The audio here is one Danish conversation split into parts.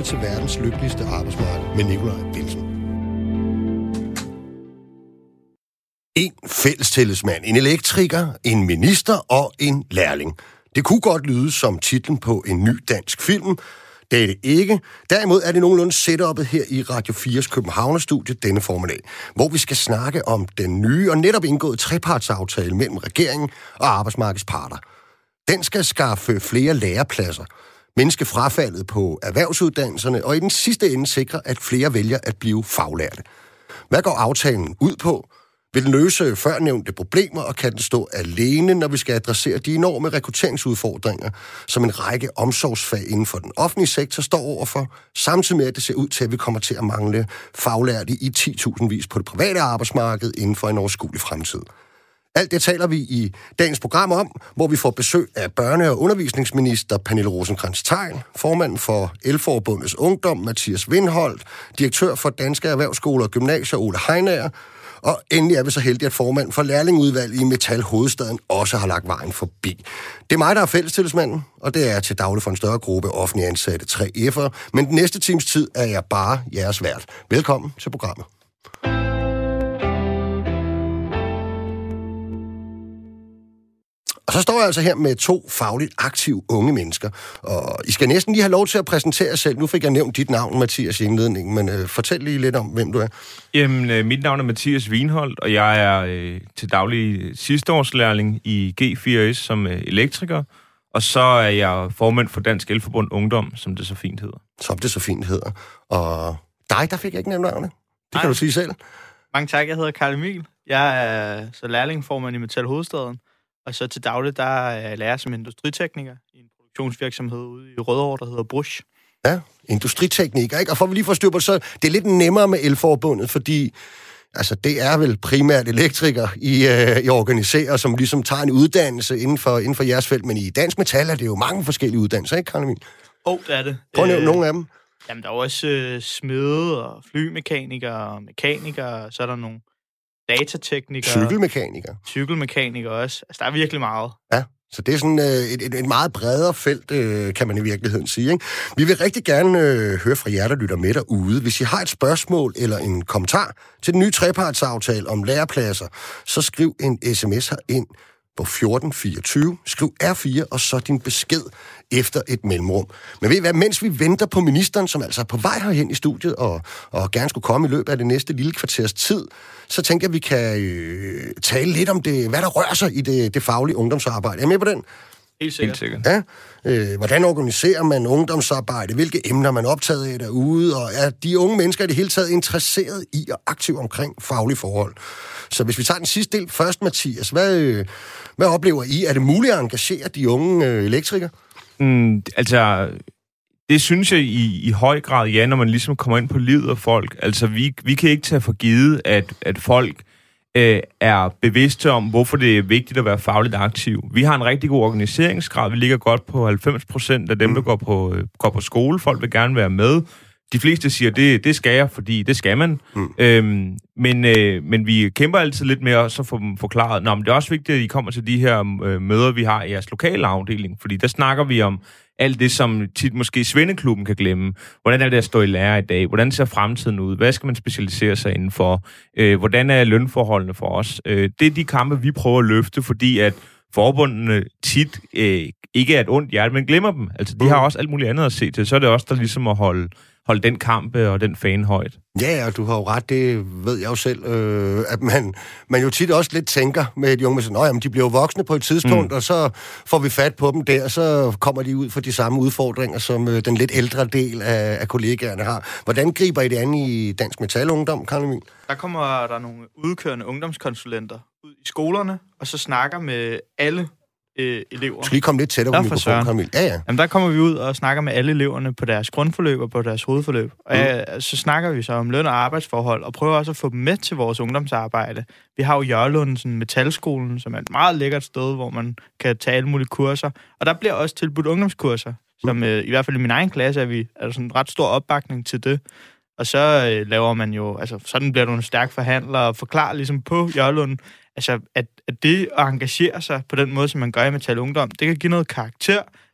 til verdens lykkeligste arbejdsmarked med Nikolaj Bilsen. En fællestillidsmand, en elektriker, en minister og en lærling. Det kunne godt lyde som titlen på en ny dansk film. Det er det ikke. Derimod er det nogenlunde setupet her i Radio 4's Københavnerstudie denne formiddag, hvor vi skal snakke om den nye og netop indgåede trepartsaftale mellem regeringen og arbejdsmarkedets parter. Den skal skaffe flere lærepladser, mindske frafaldet på erhvervsuddannelserne og i den sidste ende sikre, at flere vælger at blive faglærte. Hvad går aftalen ud på? Vil den løse førnævnte problemer, og kan den stå alene, når vi skal adressere de enorme rekrutteringsudfordringer, som en række omsorgsfag inden for den offentlige sektor står overfor, samtidig med, at det ser ud til, at vi kommer til at mangle faglærte i 10.000 vis på det private arbejdsmarked inden for en overskuelig fremtid. Alt det taler vi i dagens program om, hvor vi får besøg af børne- og undervisningsminister Pernille Rosenkrantz-Theil, formanden for Elforbundets Ungdom Mathias Vindholt, direktør for Danske Erhvervsskoler og Gymnasier Ole Heinager, og endelig er vi så heldige, at formanden for lærlingudvalget i Metal Hovedstaden også har lagt vejen forbi. Det er mig, der er fællestillidsmanden, og det er til daglig for en større gruppe offentlige ansatte 3F'ere, men den næste times tid er jeg bare jeres vært. Velkommen til programmet. Og så står jeg altså her med to fagligt aktive unge mennesker, og I skal næsten lige have lov til at præsentere jer selv. Nu fik jeg nævnt dit navn, Mathias, i indledningen, men fortæl lige lidt om, hvem du er. Jamen, mit navn er Mathias Vindholt, og jeg er til daglig sidsteårslærling i G4S som elektriker, og så er jeg formand for Dansk Elforbund Ungdom, som det så fint hedder. Som det så fint hedder. Og dig, der fik jeg ikke nævnt navnet. Det kan du sige selv. Mange tak, jeg hedder Karl Emil. Jeg er så lærlingformand i Metal Hovedstaden. Og så til daglig, der er jeg lærer som industritekniker i en produktionsvirksomhed ude i Rødovre, der hedder Brusch. Ja, industritekniker, ikke? Og for at vi lige får styr på det, så det er lidt nemmere med Elforbundet, fordi altså, det er vel primært elektrikere, I organiserer, som ligesom tager en uddannelse inden for jeres felt, men i Dansk Metal er det jo mange forskellige uddannelser, ikke, Karl Emil? Det er det. Prøv at nævne nogle af dem. Jamen, der er også smede og flymekanikere og mekanikere, så er der nogle datateknikere. Cykelmekanikere også. Altså, der er virkelig meget. Ja, så det er sådan et meget bredere felt, kan man i virkeligheden sige, ikke? Vi vil rigtig gerne høre fra jer, der lytter med derude. Hvis I har et spørgsmål eller en kommentar til den nye trepartsaftale om lærepladser, så skriv en sms herind på 1424. Skriv R4, og så din besked efter et mellemrum. Men ved I hvad, mens vi venter på ministeren, som altså er på vej herhen i studiet, og gerne skulle komme i løbet af det næste lille kvarters tid, så tænker jeg, at vi kan tale lidt om det, hvad der rører sig i det faglige ungdomsarbejde. Er I med på den? Helt sikkert. Ja. Hvordan organiserer man ungdomsarbejde? Hvilke emner man optaget af derude? Og er de unge mennesker i det hele taget interesseret i og aktive omkring faglige forhold? Så hvis vi tager den sidste del først, Mathias, hvad oplever I? Er det muligt at engagere de unge elektrikere? Det synes jeg i høj grad, ja, når man ligesom kommer ind på livet af folk. Altså, vi kan ikke tage for givet, at folk er bevidste om, hvorfor det er vigtigt at være fagligt aktiv. Vi har en rigtig god organiseringsgrad. Vi ligger godt på 90% af dem, der går på skole. Folk vil gerne være med. De fleste siger, det skal jeg, fordi det skal man. Men vi kæmper altid lidt med at så få dem forklaret, men det er også vigtigt, at I kommer til de her møder, vi har i jeres lokale afdeling, fordi der snakker vi om alt det, som tit måske Svendeklubben kan glemme. Hvordan er det at stå i lære i dag? Hvordan ser fremtiden ud? Hvad skal man specialisere sig indenfor? Hvordan er lønforholdene for os? Det er de kampe, vi prøver at løfte, fordi at forbundene tit ikke er et ondt hjerte, men glemmer dem. Altså, de har også alt muligt andet at se til. Så er det også der ligesom at holde den kamp og den fane højt. Ja, og du har jo ret, det ved jeg jo selv, at man jo tit også lidt tænker med de unge, at de bliver jo voksne på et tidspunkt, og så får vi fat på dem der, så kommer de ud for de samme udfordringer, som den lidt ældre del af kollegaerne har. Hvordan griber I det an i Dansk Metal Ungdom, Karl Emil? Der kommer der nogle udkørende ungdomskonsulenter ud i skolerne, og så snakker med alle elever. Skal I komme lidt tættere på mikrofonen, Karl Emil? Ja. Jamen, der kommer vi ud og snakker med alle eleverne på deres grundforløb og på deres hovedforløb. Og så snakker vi så om løn- og arbejdsforhold, og prøver også at få dem med til vores ungdomsarbejde. Vi har jo Jørlund, Metalskolen, som er et meget lækkert sted, hvor man kan tage alle mulige kurser. Og der bliver også tilbudt ungdomskurser, som i hvert fald i min egen klasse er der sådan en ret stor opbakning til det. Og så laver man jo, altså sådan bliver du en stærk forhandler og forklarer ligesom på Jørlund, altså at det at engagere sig på den måde, som man gør i Metal Ungdom, det kan give noget karakter,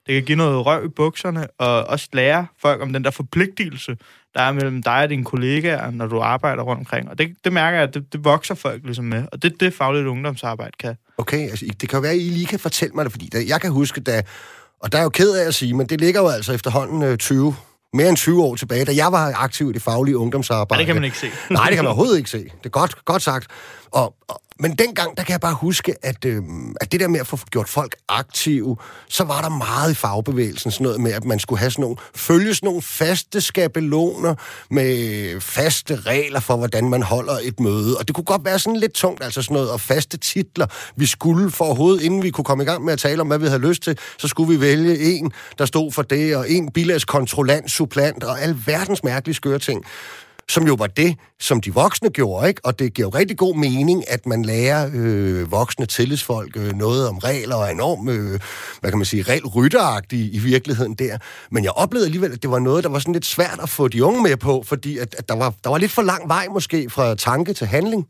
Det kan give noget røv i bukserne, og også lære folk om den der forpligtelse, der er mellem dig og dine kollegaer, når du arbejder rundt omkring. Og det mærker jeg, at det vokser folk ligesom med. Og det fagligt ungdomsarbejde kan. Okay, altså det kan jo være, at I lige kan fortælle mig det, fordi jeg kan huske, og der er jo ked af at sige, men det ligger jo altså efterhånden mere end 20 år tilbage, da jeg var aktiv i det faglige ungdomsarbejde. Ja, det kan man ikke se. Nej, det kan man overhovedet ikke se. Det er godt sagt. Men dengang, der kan jeg bare huske, at det der med at få gjort folk aktive, så var der meget i fagbevægelsen, sådan noget med, at man skulle have følge sådan nogle faste skabeloner med faste regler for, hvordan man holder et møde. Og det kunne godt være sådan lidt tungt, altså sådan noget, og faste titler. Vi skulle for overhovedet, inden vi kunne komme i gang med at tale om, hvad vi havde lyst til, så skulle vi vælge en, der stod for det, og en bilagskontrollant, supplant, og alverdens mærkelige skøre ting. Som jo var det, som de voksne gjorde, ikke? Og det giver jo rigtig god mening, at man lærer voksne tillidsfolk noget om regler og enormt, hvad kan man sige, regelrytteragtigt i virkeligheden der. Men jeg oplevede alligevel, at det var noget, der var sådan lidt svært at få de unge med på, fordi at der var lidt for lang vej måske fra tanke til handling.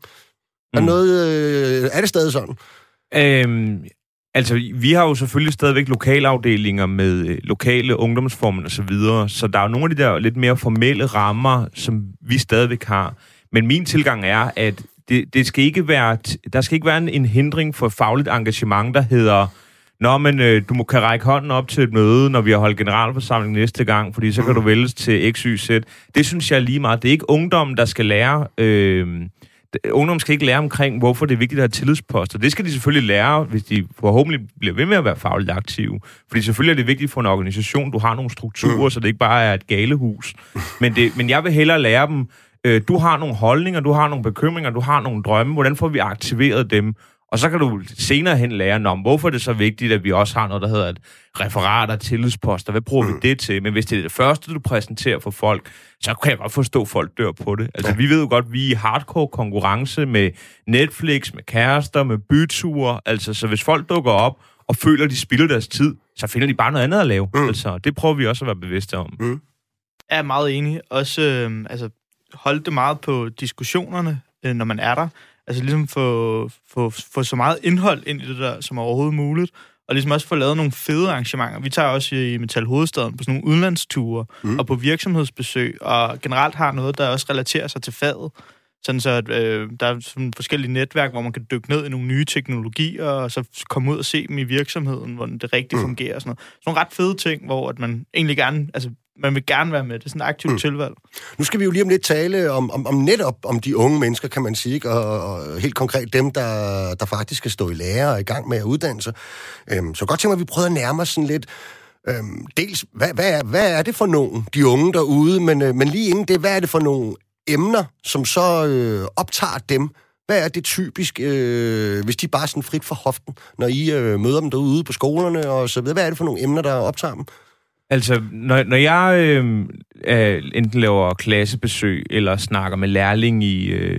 Er det stadig sådan? Altså, vi har jo selvfølgelig stadigvæk lokalafdelinger med lokale ungdomsformer og så videre, så der er jo nogle af de der lidt mere formelle rammer, som vi stadigvæk har. Men min tilgang er, at der skal ikke være en hindring for fagligt engagement, der hedder, du kan række hånden op til et møde, når vi har holdt generalforsamling næste gang, fordi så kan du vælges til X, Y, Z. Det synes jeg er lige meget. Det er ikke ungdommen, der skal lære. Ungdommen skal ikke lære omkring, hvorfor det er vigtigt at have tillidsposter. Det skal de selvfølgelig lære, hvis de forhåbentlig bliver ved med at være fagligt aktive. Fordi selvfølgelig er det vigtigt for en organisation, du har nogle strukturer, så det ikke bare er et galehus. Men jeg vil hellere lære dem, du har nogle holdninger, du har nogle bekymringer, du har nogle drømme, hvordan får vi aktiveret dem? Og så kan du senere hen lære om, hvorfor det er så vigtigt, at vi også har noget, der hedder et referat og tillidsposter. Hvad bruger vi det til? Men hvis det er det første, du præsenterer for folk, så kan jeg godt forstå, at folk dør på det. Altså, vi ved jo godt, at vi er i hardcore konkurrence med Netflix, med kærester, med byture. Altså, så hvis folk dukker op og føler, at de spilder deres tid, så finder de bare noget andet at lave. Altså, det prøver vi også at være bevidste om. Jeg er meget enig. Også holde det meget på diskussionerne, når man er der. Altså ligesom få så meget indhold ind i det der, som overhovedet muligt. Og ligesom også få lavet nogle fede arrangementer. Vi tager også i Metal Hovedstaden på sådan nogle udenlandsture og på virksomhedsbesøg. Og generelt har noget, der også relaterer sig til faget. Sådan så, at der er sådan forskellige netværk, hvor man kan dykke ned i nogle nye teknologier, og så komme ud og se dem i virksomheden, hvor det rigtig fungerer. Og sådan noget. Sådan nogle ret fede ting, hvor at man egentlig gerne... Altså, man vil gerne være med. Det er sådan et aktivt tilvalg. Nu skal vi jo lige om lidt tale om netop om de unge mennesker, kan man sige, og helt konkret dem, der faktisk skal stå i lære og i gang med at uddanne sig. Så godt tænker mig, at vi prøver at nærme os sådan lidt. Dels, hvad er det for nogen, de unge derude, men lige inden det, hvad er det for nogle emner, som så optager dem? Hvad er det typisk, hvis de bare er sådan frit for hoften, når I møder dem derude på skolerne og så videre? Hvad er det for nogle emner, der optager dem? Altså, når jeg enten laver klassebesøg eller snakker med lærling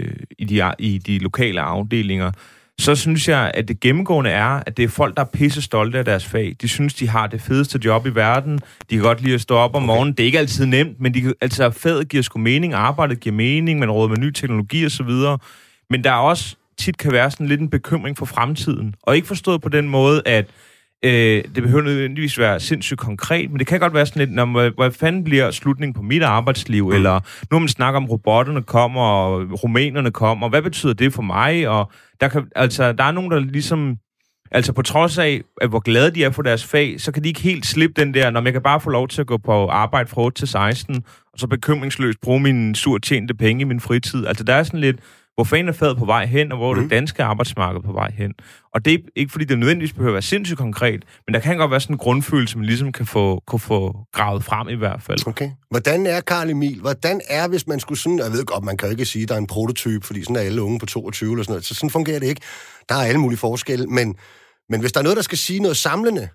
i de lokale afdelinger, så synes jeg, at det gennemgående er, at det er folk, der er pisse stolte af deres fag. De synes, de har det fedeste job i verden. De kan godt lide at stå op om morgenen. Det er ikke altid nemt, men faget giver sgu mening, arbejdet giver mening, man råder med ny teknologi og så videre. Men der er også tit kan være sådan lidt en bekymring for fremtiden. Og ikke forstået på den måde, at det behøver nødvendigvis være sindssygt konkret, men det kan godt være sådan lidt, hvad fanden bliver slutningen på mit arbejdsliv, eller nu man snakker om, robotterne kommer, og rumænerne kommer, hvad betyder det for mig? Og der er nogen, der ligesom, altså på trods af, at hvor glade de er for deres fag, så kan de ikke helt slippe den der, når jeg kan bare få lov til at gå på arbejde fra 8 til 16, og så bekymringsløst bruge mine surt tjente penge i min fritid. Altså der er sådan lidt, hvor fanden er faget på vej hen, og hvor er det danske arbejdsmarked på vej hen. Og det er ikke, fordi det nødvendigvis behøver at være sindssygt konkret, men der kan godt være sådan en grundfølelse, man ligesom kan få gravet frem i hvert fald. Okay. Hvordan er Carl Emil? Hvordan er, hvis man skulle sådan... Jeg ved godt, man kan jo ikke sige, at der er en prototype, fordi sådan er alle unge på 22 eller sådan noget. Så sådan fungerer det ikke. Der er alle mulige forskelle, men hvis der er noget, der skal sige noget samlende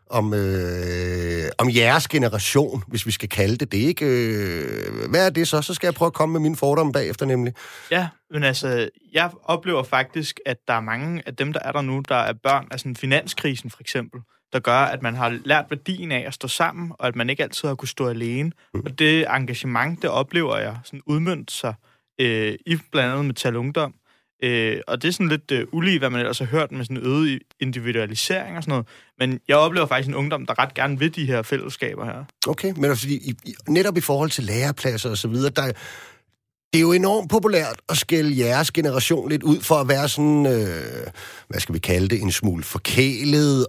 om jeres generation, hvis vi skal kalde det ikke? Hvad er det så? Så skal jeg prøve at komme med mine fordomme bagefter nemlig. Ja, men altså, jeg oplever faktisk, at der er mange af dem, der er der nu, der er børn af sådan finanskrisen for eksempel, der gør, at man har lært værdien af at stå sammen, og at man ikke altid har kunnet stå alene. Og det engagement, det oplever jeg sådan udmønte sig i blandt andet Metal Ungdom. Og det er sådan lidt ulige, hvad man ellers har hørt med sådan øget individualisering og sådan noget. Men jeg oplever faktisk en ungdom, der ret gerne vil de her fællesskaber her. Okay, men altså, netop i forhold til lærepladser og så videre, det er jo enormt populært at skælde jeres generation lidt ud for at være sådan, hvad skal vi kalde det, en smule forkælet,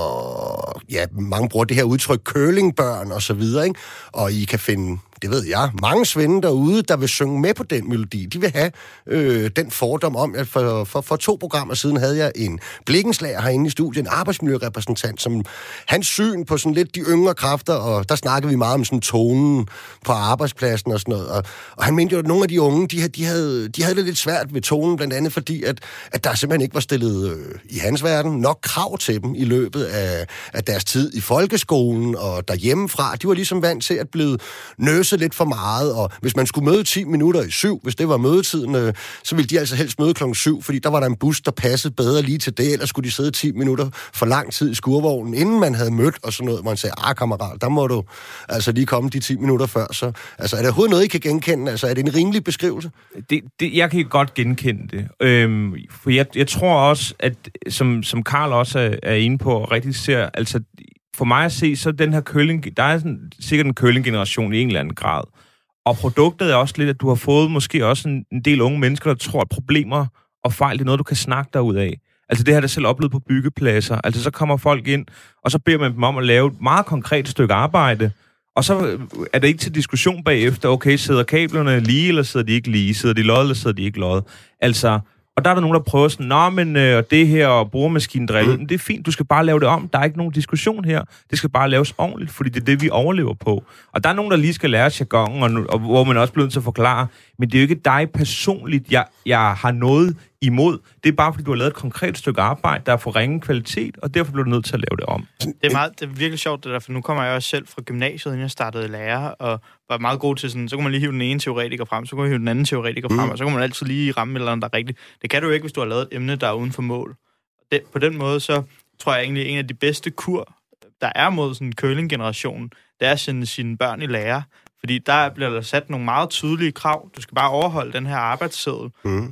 og ja, mange bruger det her udtryk curlingbørn og så videre, ikke? Og I kan finde, det ved jeg, mange svende derude, der vil synge med på den melodi. De vil have den fordom om, at for 2 programmer siden havde jeg en blikkenslager herinde i studiet, en arbejdsmiljørepræsentant, som hans syn på sådan lidt de yngre kræfter, og der snakkede vi meget om sådan tonen på arbejdspladsen og sådan noget. Og han mente jo, at nogle af de unge, de havde det lidt svært ved tonen, blandt andet fordi, at der simpelthen ikke var stillet i hans verden nok krav til dem i løbet af deres tid i folkeskolen og derhjemmefra. De var ligesom vant til at blive nøset lidt for meget, og hvis man skulle møde 10 minutter i 7, hvis det var mødetiden, så ville de altså helst møde klokken 7, fordi der var der en bus, der passede bedre lige til det, ellers skulle de sidde 10 minutter for lang tid i skurvognen, inden man havde mødt og sådan noget. Man sagde, kammerat, der må du altså lige komme de 10 minutter før. Så altså, er der overhovedet noget, I kan genkende? Altså, er det en rimelig beskrivelse? Jeg kan godt genkende det. For jeg tror også, at som Carl også er inde på, og rigtig ser, altså for mig at se, så den her curling, der er sikkert en curling-generation i en eller anden grad. Og produktet er også lidt, at du har fået måske også en del unge mennesker, der tror, at problemer og fejl, det er noget, du kan snakke derud af. Altså det har jeg selv oplevet på byggepladser. Altså så kommer folk ind, og så beder man dem om at lave et meget konkret stykke arbejde, og så er det ikke til diskussion bagefter, okay, sidder kablerne lige, eller sidder de ikke lige? Sidder de loddet, eller sidder de ikke loddet? Altså, og der er der nogen, der prøver sådan, og det her og boremaskindrillet, men det er fint, du skal bare lave det om. Der er ikke nogen diskussion her. Det skal bare laves ordentligt, fordi det er det, vi overlever på. Og der er nogen, der lige skal lære jargonen, og hvor man også bliver nødt til at forklare, men det er jo ikke dig personligt, jeg har noget imod. Det er bare, fordi du har lavet et konkret stykke arbejde, der er for ringe kvalitet, og derfor bliver du nødt til at lave det om. Det er virkelig sjovt, det der, for nu kommer jeg også selv fra gymnasiet, inden jeg startede lærer, og var meget god til sådan, så kunne man lige hive den ene teoretiker frem, så kunne man hive den anden teoretiker frem, og så kunne man altid lige ramme et eller andet, der er rigtigt. Det kan du jo ikke, hvis du har lavet et emne, der er uden for mål. På den måde, så tror jeg egentlig, en af de bedste kur, der er mod sådan en curling-generation, det er at sende sine børn i lære. Fordi der bliver der sat nogle meget tydelige krav. Du skal bare overholde den her arbejdsseddel.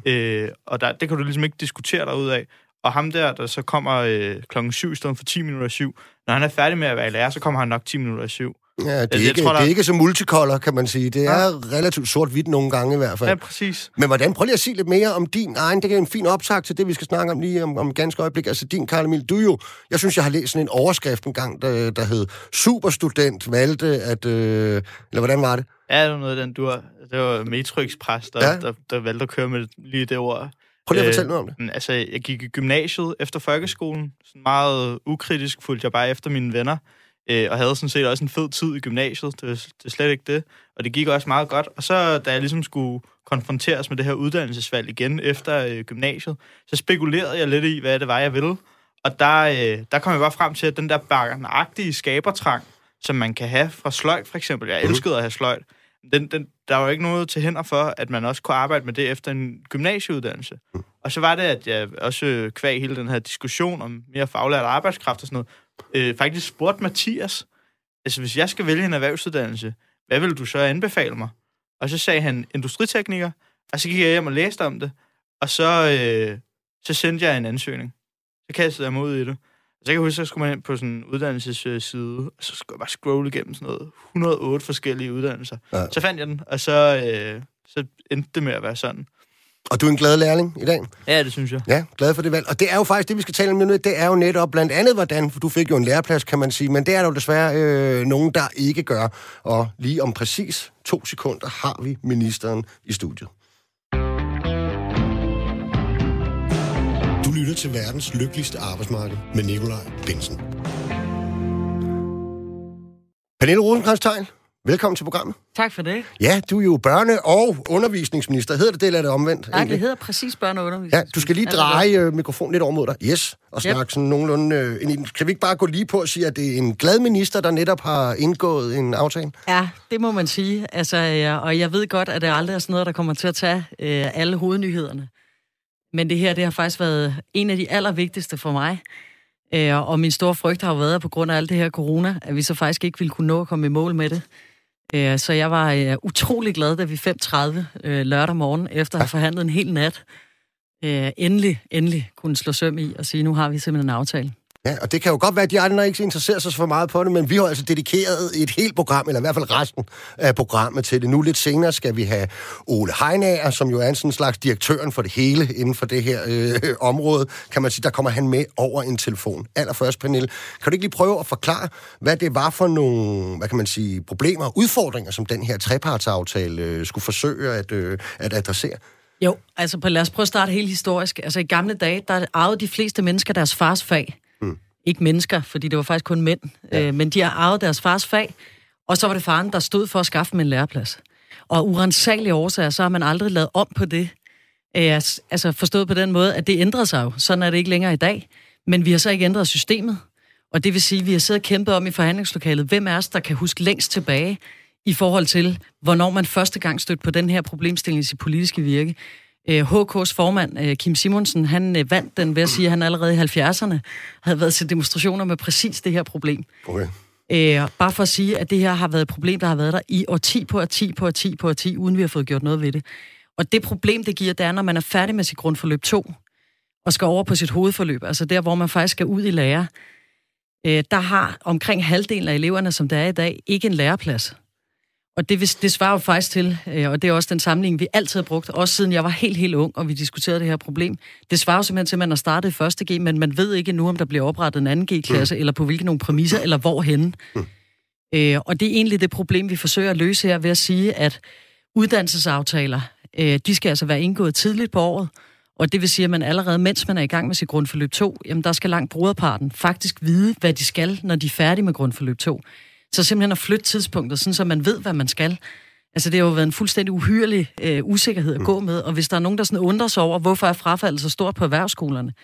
Og det kan du ligesom ikke diskutere dig ud af. Og ham der så kommer klokken 7 i stedet for 10 minutter 7. Når han er færdig med at være i lærer, så kommer han nok 10 minutter 7. Ja, det er ikke så multicolor, kan man sige. Det er relativt sort-hvidt nogle gange i hvert fald. Ja, præcis. Men hvordan, prøv lige at sige lidt mere om din egen, det er en fin optag til det, vi skal snakke om lige om ganske øjeblik. Altså din, Carl Emil, jeg synes, jeg har læst sådan en overskrift en gang, der hed Superstudent valgte at, eller hvordan var det? Ja, det var noget af den dur. Det var Metro Express, der valgte at køre med lige det ord. Prøv lige at fortælle noget om det. Altså, jeg gik i gymnasiet efter folkeskolen. Sådan meget ukritisk fulgte jeg bare efter mine venner. Og havde sådan set også en fed tid i gymnasiet. Det er slet ikke det. Og det gik også meget godt. Og så, da jeg ligesom skulle konfronteres med det her uddannelsesvalg igen efter gymnasiet, så spekulerede jeg lidt i, hvad det var, jeg ville. Og der kom jeg bare frem til, at den der barnagtige skabertrang, som man kan have fra sløjt, for eksempel. Jeg elskede at have sløjt. Der var jo ikke noget til hænder for, at man også kunne arbejde med det efter en gymnasieuddannelse. Og så var det, at jeg også kvæg hele den her diskussion om mere faglært arbejdskraft og sådan noget, faktisk spurgte Mathias, altså hvis jeg skal vælge en erhvervsuddannelse, hvad vil du så anbefale mig? Og så sagde han industritekniker, og så gik jeg hjem og læste om det, og så sendte jeg en ansøgning. Så kastede jeg mig ud i det. Og så kan jeg huske, så skulle man ind på sådan en uddannelsesside, og så skulle jeg bare scrolle igennem sådan noget 108 forskellige uddannelser. Ja. Så fandt jeg den, og så endte det med at være sådan. Og du er en glad lærling i dag? Ja, det synes jeg. Ja, glad for det valg. Og det er jo faktisk det, vi skal tale om nu. Det er jo netop blandt andet, hvordan, for du fik jo en læreplads, kan man sige, men det er der jo desværre nogen, der ikke gør. Og lige om præcis 2 sekunder har vi ministeren i studiet. Du lytter til verdens lykkeligste arbejdsmarked med Nikolaj Bensen. Pernille Rosenkrantz-Theil, velkommen til programmet. Tak for det. Ja, du er jo børne- og undervisningsminister. Hedder det eller er det omvendt? Nej, det hedder præcis børne- og undervisningsminister. Ja, du skal lige dreje mikrofonen lidt over mod dig. Yes, og snakke sådan nogenlunde... Kan vi ikke bare gå lige på og sige, at det er en glad minister, der netop har indgået en aftale? Ja, det må man sige. Altså, og jeg ved godt, at det aldrig er sådan noget, der kommer til at tage alle hovednyhederne. Men det her, det har faktisk været en af de allervigtigste for mig. Og min store frygt har jo været, på grund af alt det her corona, at vi så faktisk ikke ville kunne nå at komme i mål med det. Så jeg var utrolig glad, da vi 5:30 lørdag morgen, efter at have forhandlet en hel nat, endelig kunne slå søm i og sige, nu har vi simpelthen en aftale. Ja, og det kan jo godt være, at de andre ikke interesserer sig så for meget på det, men vi har altså dedikeret et helt program, eller i hvert fald resten af programmet til det. Nu lidt senere skal vi have Ole Heinager, som jo er en sådan slags direktøren for det hele inden for det her område, kan man sige. Der kommer han med over en telefon. Allerførst, Pernille, kan du ikke lige prøve at forklare, hvad det var for nogle, hvad kan man sige, problemer og udfordringer, som den her trepartsaftale skulle forsøge at adressere? Jo, altså lad os prøve at starte helt historisk. Altså i gamle dage, der arvede de fleste mennesker deres fars fag. Ikke mennesker, fordi det var faktisk kun mænd. Ja. Men de har arvet deres fars fag, og så var det faren, der stod for at skaffe dem en læreplads. Og urensagelige årsager, så har man aldrig lavet om på det. Altså forstået på den måde, at det ændrede sig jo. Sådan er det ikke længere i dag. Men vi har så ikke ændret systemet. Og det vil sige, at vi har siddet og kæmpet om i forhandlingslokalet, hvem er os, der kan huske længst tilbage i forhold til, hvornår man første gang stødte på den her problemstilling i sit politiske virke. HK's formand, Kim Simonsen, han vandt den ved at sige, at han allerede i 70'erne havde været til demonstrationer med præcis det her problem. Okay. Bare for at sige, at det her har været et problem, der har været der i årti på årti, uden vi har fået gjort noget ved det. Og det problem, det giver, det er, når man er færdig med sit grundforløb 2, og skal over på sit hovedforløb, altså der, hvor man faktisk skal ud i lære, der har omkring halvdelen af eleverne, som der er i dag, ikke en læreplads. Og det svarer jo faktisk til, og det er også den sammenligning, vi altid har brugt, også siden jeg var helt ung, og vi diskuterede det her problem. Det svarer jo simpelthen til, at man har startet i første G, men man ved ikke nu, om der bliver oprettet en anden G-klasse, eller på hvilke nogle præmisser, eller hvorhenne. Og det er egentlig det problem, vi forsøger at løse her, ved at sige, at uddannelsesaftaler, de skal altså være indgået tidligt på året, og det vil sige, at man allerede, mens man er i gang med sit grundforløb 2, jamen der skal langt bruderparten faktisk vide, hvad de skal, når de er færdige med grundforløb 2. Så simpelthen at flytte tidspunktet, sådan så man ved, hvad man skal. Altså det har jo været en fuldstændig uhyrlig usikkerhed at gå med, og hvis der er nogen, der sådan undrer sig over, hvorfor er frafaldet så stort på erhvervsskolerne?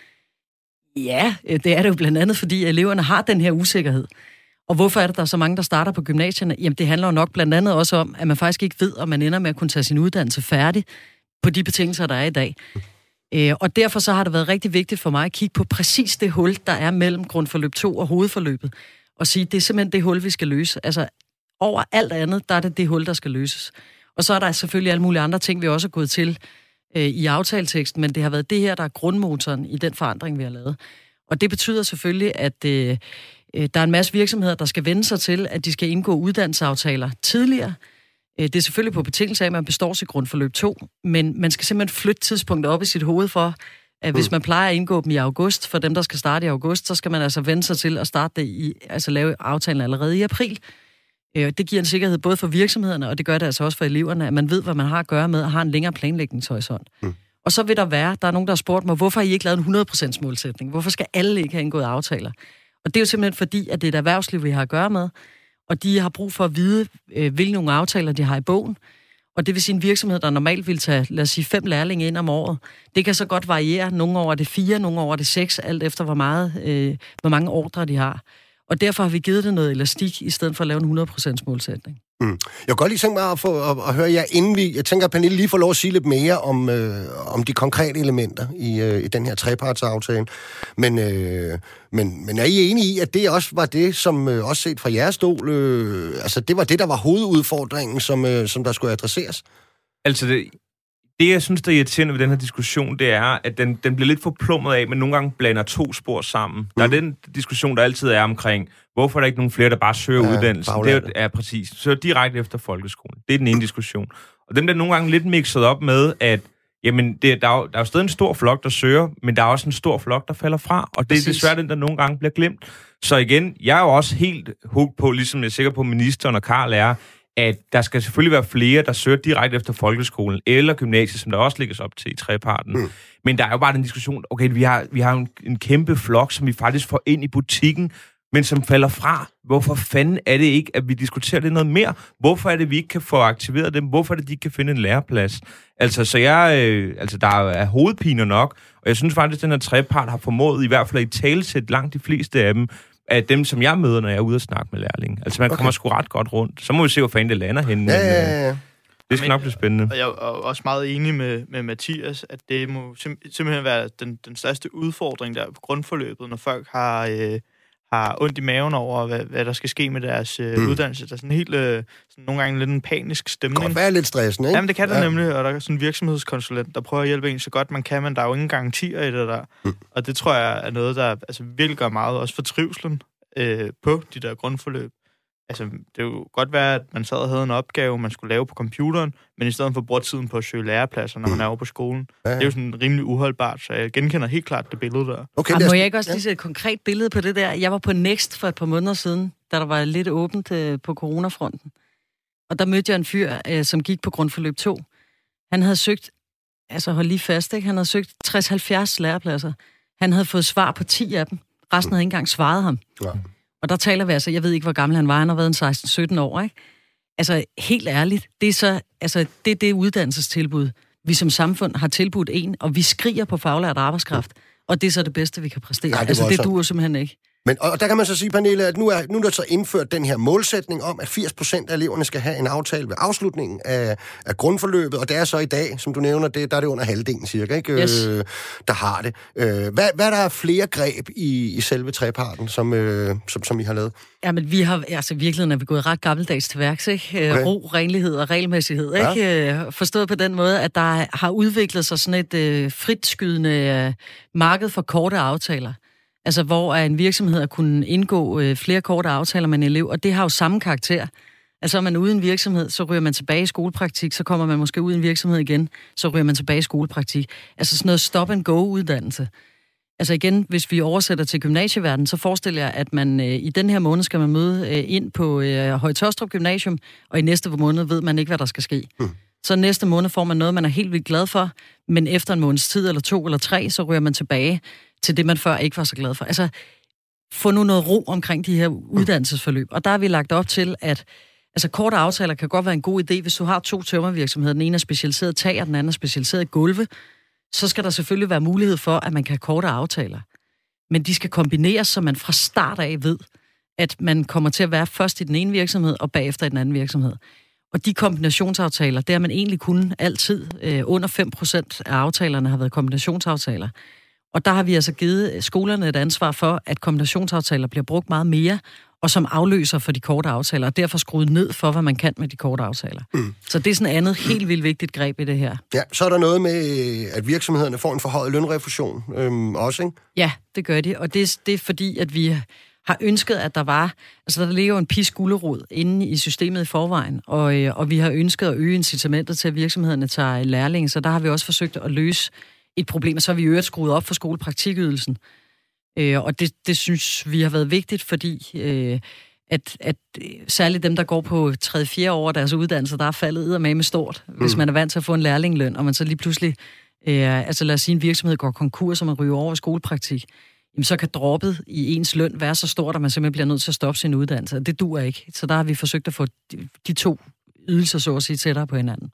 Ja, det er det jo blandt andet, fordi eleverne har den her usikkerhed. Og hvorfor er det, der er så mange, der starter på gymnasierne? Jamen det handler jo nok blandt andet også om, at man faktisk ikke ved, om man ender med at kunne tage sin uddannelse færdig på de betingelser, der er i dag. Og derfor så har det været rigtig vigtigt for mig at kigge på præcis det hul, der er mellem grundforløb 2 og hovedforløbet. Og sige, det er simpelthen det hul, vi skal løse. Altså, over alt andet, der er det hul, der skal løses. Og så er der selvfølgelig alle mulige andre ting, vi også er gået til i aftaleteksten, men det har været det her, der er grundmotoren i den forandring, vi har lavet. Og det betyder selvfølgelig, at der er en masse virksomheder, der skal vende sig til, at de skal indgå uddannelsesaftaler tidligere. Det er selvfølgelig på betingelse af, at man består sit grundforløb 2, men man skal simpelthen flytte tidspunktet op i sit hoved for, at hvis man plejer at indgå dem i august, for dem, der skal starte i august, så skal man altså vende sig til at starte det altså lave aftalen allerede i april. Det giver en sikkerhed både for virksomhederne, og det gør det altså også for eleverne, at man ved, hvad man har at gøre med, og har en længere planlægningshorisont. Og så vil der er nogen, der har spurgt mig, hvorfor har I ikke lavet en 100% målsætning? Hvorfor skal alle ikke have indgået aftaler? Og det er jo simpelthen fordi, at det er et erhvervsliv, vi har at gøre med, og de har brug for at vide, hvilke nogle aftaler de har i bogen. Og det vil sige en virksomhed, der normalt vil tage, lad os sige, 5 lærlinge ind om året. Det kan så godt variere. Nogle år er det 4, nogle år er det 6, alt efter hvor mange ordre de har. Og derfor har vi givet det noget elastik, i stedet for at lave en 100% målsætning. Jeg kan godt lige tænke mig at høre jer inden jeg tænker, at Pernille lige får lov at sige lidt mere om de konkrete elementer i den her trepartsaftale. Men er I enige i, at det også var det, som også set fra jeres stol, altså det var det, der var hovedudfordringen, som der skulle adresseres? Altså det, jeg synes, der er irriterende ved den her diskussion, det er, at den bliver lidt forplummet af, men nogle gange blander 2 spor sammen. Der er den diskussion, der altid er omkring, hvorfor er der ikke nogen flere, der bare søger uddannelse? Det er præcis. Søger direkte efter folkeskolen. Det er den ene diskussion. Og den bliver nogle gange lidt mixet op med, at jamen, der er jo stadig en stor flok, der søger, men der er også en stor flok, der falder fra. Og det er desværre den, der nogle gange bliver glemt. Så igen, jeg er jo også helt hooked på, ligesom jeg er sikker på, ministeren og Karl er, at der skal selvfølgelig være flere, der søger direkte efter folkeskolen eller gymnasiet, som der også lægges op til i treparten. Men der er jo bare den diskussion, okay, vi har en kæmpe flok, som vi faktisk får ind i butikken, men som falder fra. Hvorfor fanden er det ikke, at vi diskuterer det noget mere? Hvorfor er det, vi ikke kan få aktiveret dem? Hvorfor er det, de ikke kan finde en læreplads? Altså, der er hovedpiner nok, og jeg synes faktisk, at den her trepart har formået, i hvert fald i talesæt langt de fleste af dem, af dem, som jeg møder, når jeg er ude og snakke med lærlinge. Altså, man kommer sgu ret godt rundt. Så må vi se, hvor fanden det lander henne. Ja. Det skal nok blive spændende. Og jeg er også meget enig med Mathias, at det må simpelthen være den største udfordring, der er på grundforløbet, når folk har har ondt i maven over, hvad der skal ske med deres uddannelse. Der er sådan helt, sådan nogle gange lidt en panisk stemning. Godt være lidt stressende, ikke? Jamen, det kan det nemlig, og der er sådan en virksomhedskonsulent, der prøver at hjælpe en så godt man kan, men der er jo ingen garantier i det der. Og det tror jeg er noget, der altså, virkelig gør meget, også for trivselen på de der grundforløb. Altså, det er jo godt være, at man sad og havde en opgave, man skulle lave på computeren, men i stedet for at bruge tiden på at søge lærepladser, når man er over på skolen. Ja. Det er jo sådan rimelig uholdbart, så jeg genkender helt klart det billede der. Okay, må jeg ikke også lige se et konkret billede på det der? Jeg var på Next for et par måneder siden, da der var lidt åbent på coronafronten. Og der mødte jeg en fyr, som gik på grundforløb 2. Han havde søgt, altså hold lige fast, ikke? Han havde søgt 60-70 lærepladser. Han havde fået svar på 10 af dem. Resten havde ikke engang svaret ham. Ja. Og der taler vi altså, jeg ved ikke, hvor gammel han var, han har været en 16-17 år, ikke? Altså, helt ærligt, det er så, altså, det uddannelsestilbud, vi som samfund har tilbudt en, og vi skriger på faglært arbejdskraft, og det er så det bedste, vi kan præstere. Nej, altså, det duer simpelthen ikke. Men, og der kan man så sige, Pernille, at nu er der så indført den her målsætning om, at 80% af eleverne skal have en aftale ved afslutningen af grundforløbet, og det er så i dag, som du nævner, der er det under halvdelen cirka, ikke? Yes. Der har det. Hvad er der flere greb i selve treparten, som I har lavet? Ja, men vi har, altså i virkeligheden er vi gået ret gammeldags til værks, ikke? Okay. Ro, renlighed og regelmæssighed, ikke? Ja. Forstået på den måde, at der har udviklet sig sådan et fritskydende marked for korte aftaler. Altså, hvor en virksomhed har kunnet indgå flere korte aftaler med en elev, og det har jo samme karakter. Altså, er man ude i en virksomhed, så ryger man tilbage i skolepraktik, så kommer man måske ud i en virksomhed igen, så ryger man tilbage i skolepraktik. Altså sådan noget stop-and-go-uddannelse. Altså igen, hvis vi oversætter til gymnasieverdenen, så forestiller jeg, at man i den her måned skal man møde ind på Høje Taastrup Gymnasium, og i næste måned ved man ikke, hvad der skal ske. Så næste måned får man noget, man er helt vildt glad for, men efter en måneds tid, eller 2 eller 3, så ryger man tilbage til det, man før ikke var så glad for. Altså, få nu noget ro omkring de her uddannelsesforløb. Og der har vi lagt op til, at altså, korte aftaler kan godt være en god idé, hvis du har 2 tømmervirksomheder. Den ene er specialiseret tag, og den anden er specialiseret gulve. Så skal der selvfølgelig være mulighed for, at man kan have korte aftaler. Men de skal kombineres, så man fra start af ved, at man kommer til at være først i den ene virksomhed, og bagefter i den anden virksomhed. Og de kombinationsaftaler, det har man egentlig kun altid. Under 5% af aftalerne har været kombinationsaftaler. Og der har vi altså givet skolerne et ansvar for, at kombinationsaftaler bliver brugt meget mere, og som afløser for de korte aftaler, og derfor skruet ned for, hvad man kan med de korte aftaler. Så det er sådan et andet helt vildt vigtigt greb i det her. Ja, så er der noget med, at virksomhederne får en forhøjet lønrefusion også, ikke? Ja, det gør de, og det er fordi, at vi har ønsket, at der var, altså der ligger jo en pisk-gulerod inde i systemet i forvejen, og vi har ønsket at øge incitamentet til, at virksomhederne tager lærlinge, så der har vi også forsøgt at løse et problem, og så har vi øvrigt skruet op for skolepraktikydelsen. Og det synes vi har været vigtigt, fordi at særligt dem, der går på 3-4 år af deres uddannelse, der er faldet eddermame stort, hvis man er vant til at få en lærlingeløn, og man så lige pludselig, altså lad os sige, en virksomhed går konkurs, og man ryger over i skolepraktik, jamen så kan droppet i ens løn være så stort, at man simpelthen bliver nødt til at stoppe sin uddannelse, og det duer ikke. Så der har vi forsøgt at få de 2 ydelser, så at sige, tættere på hinanden.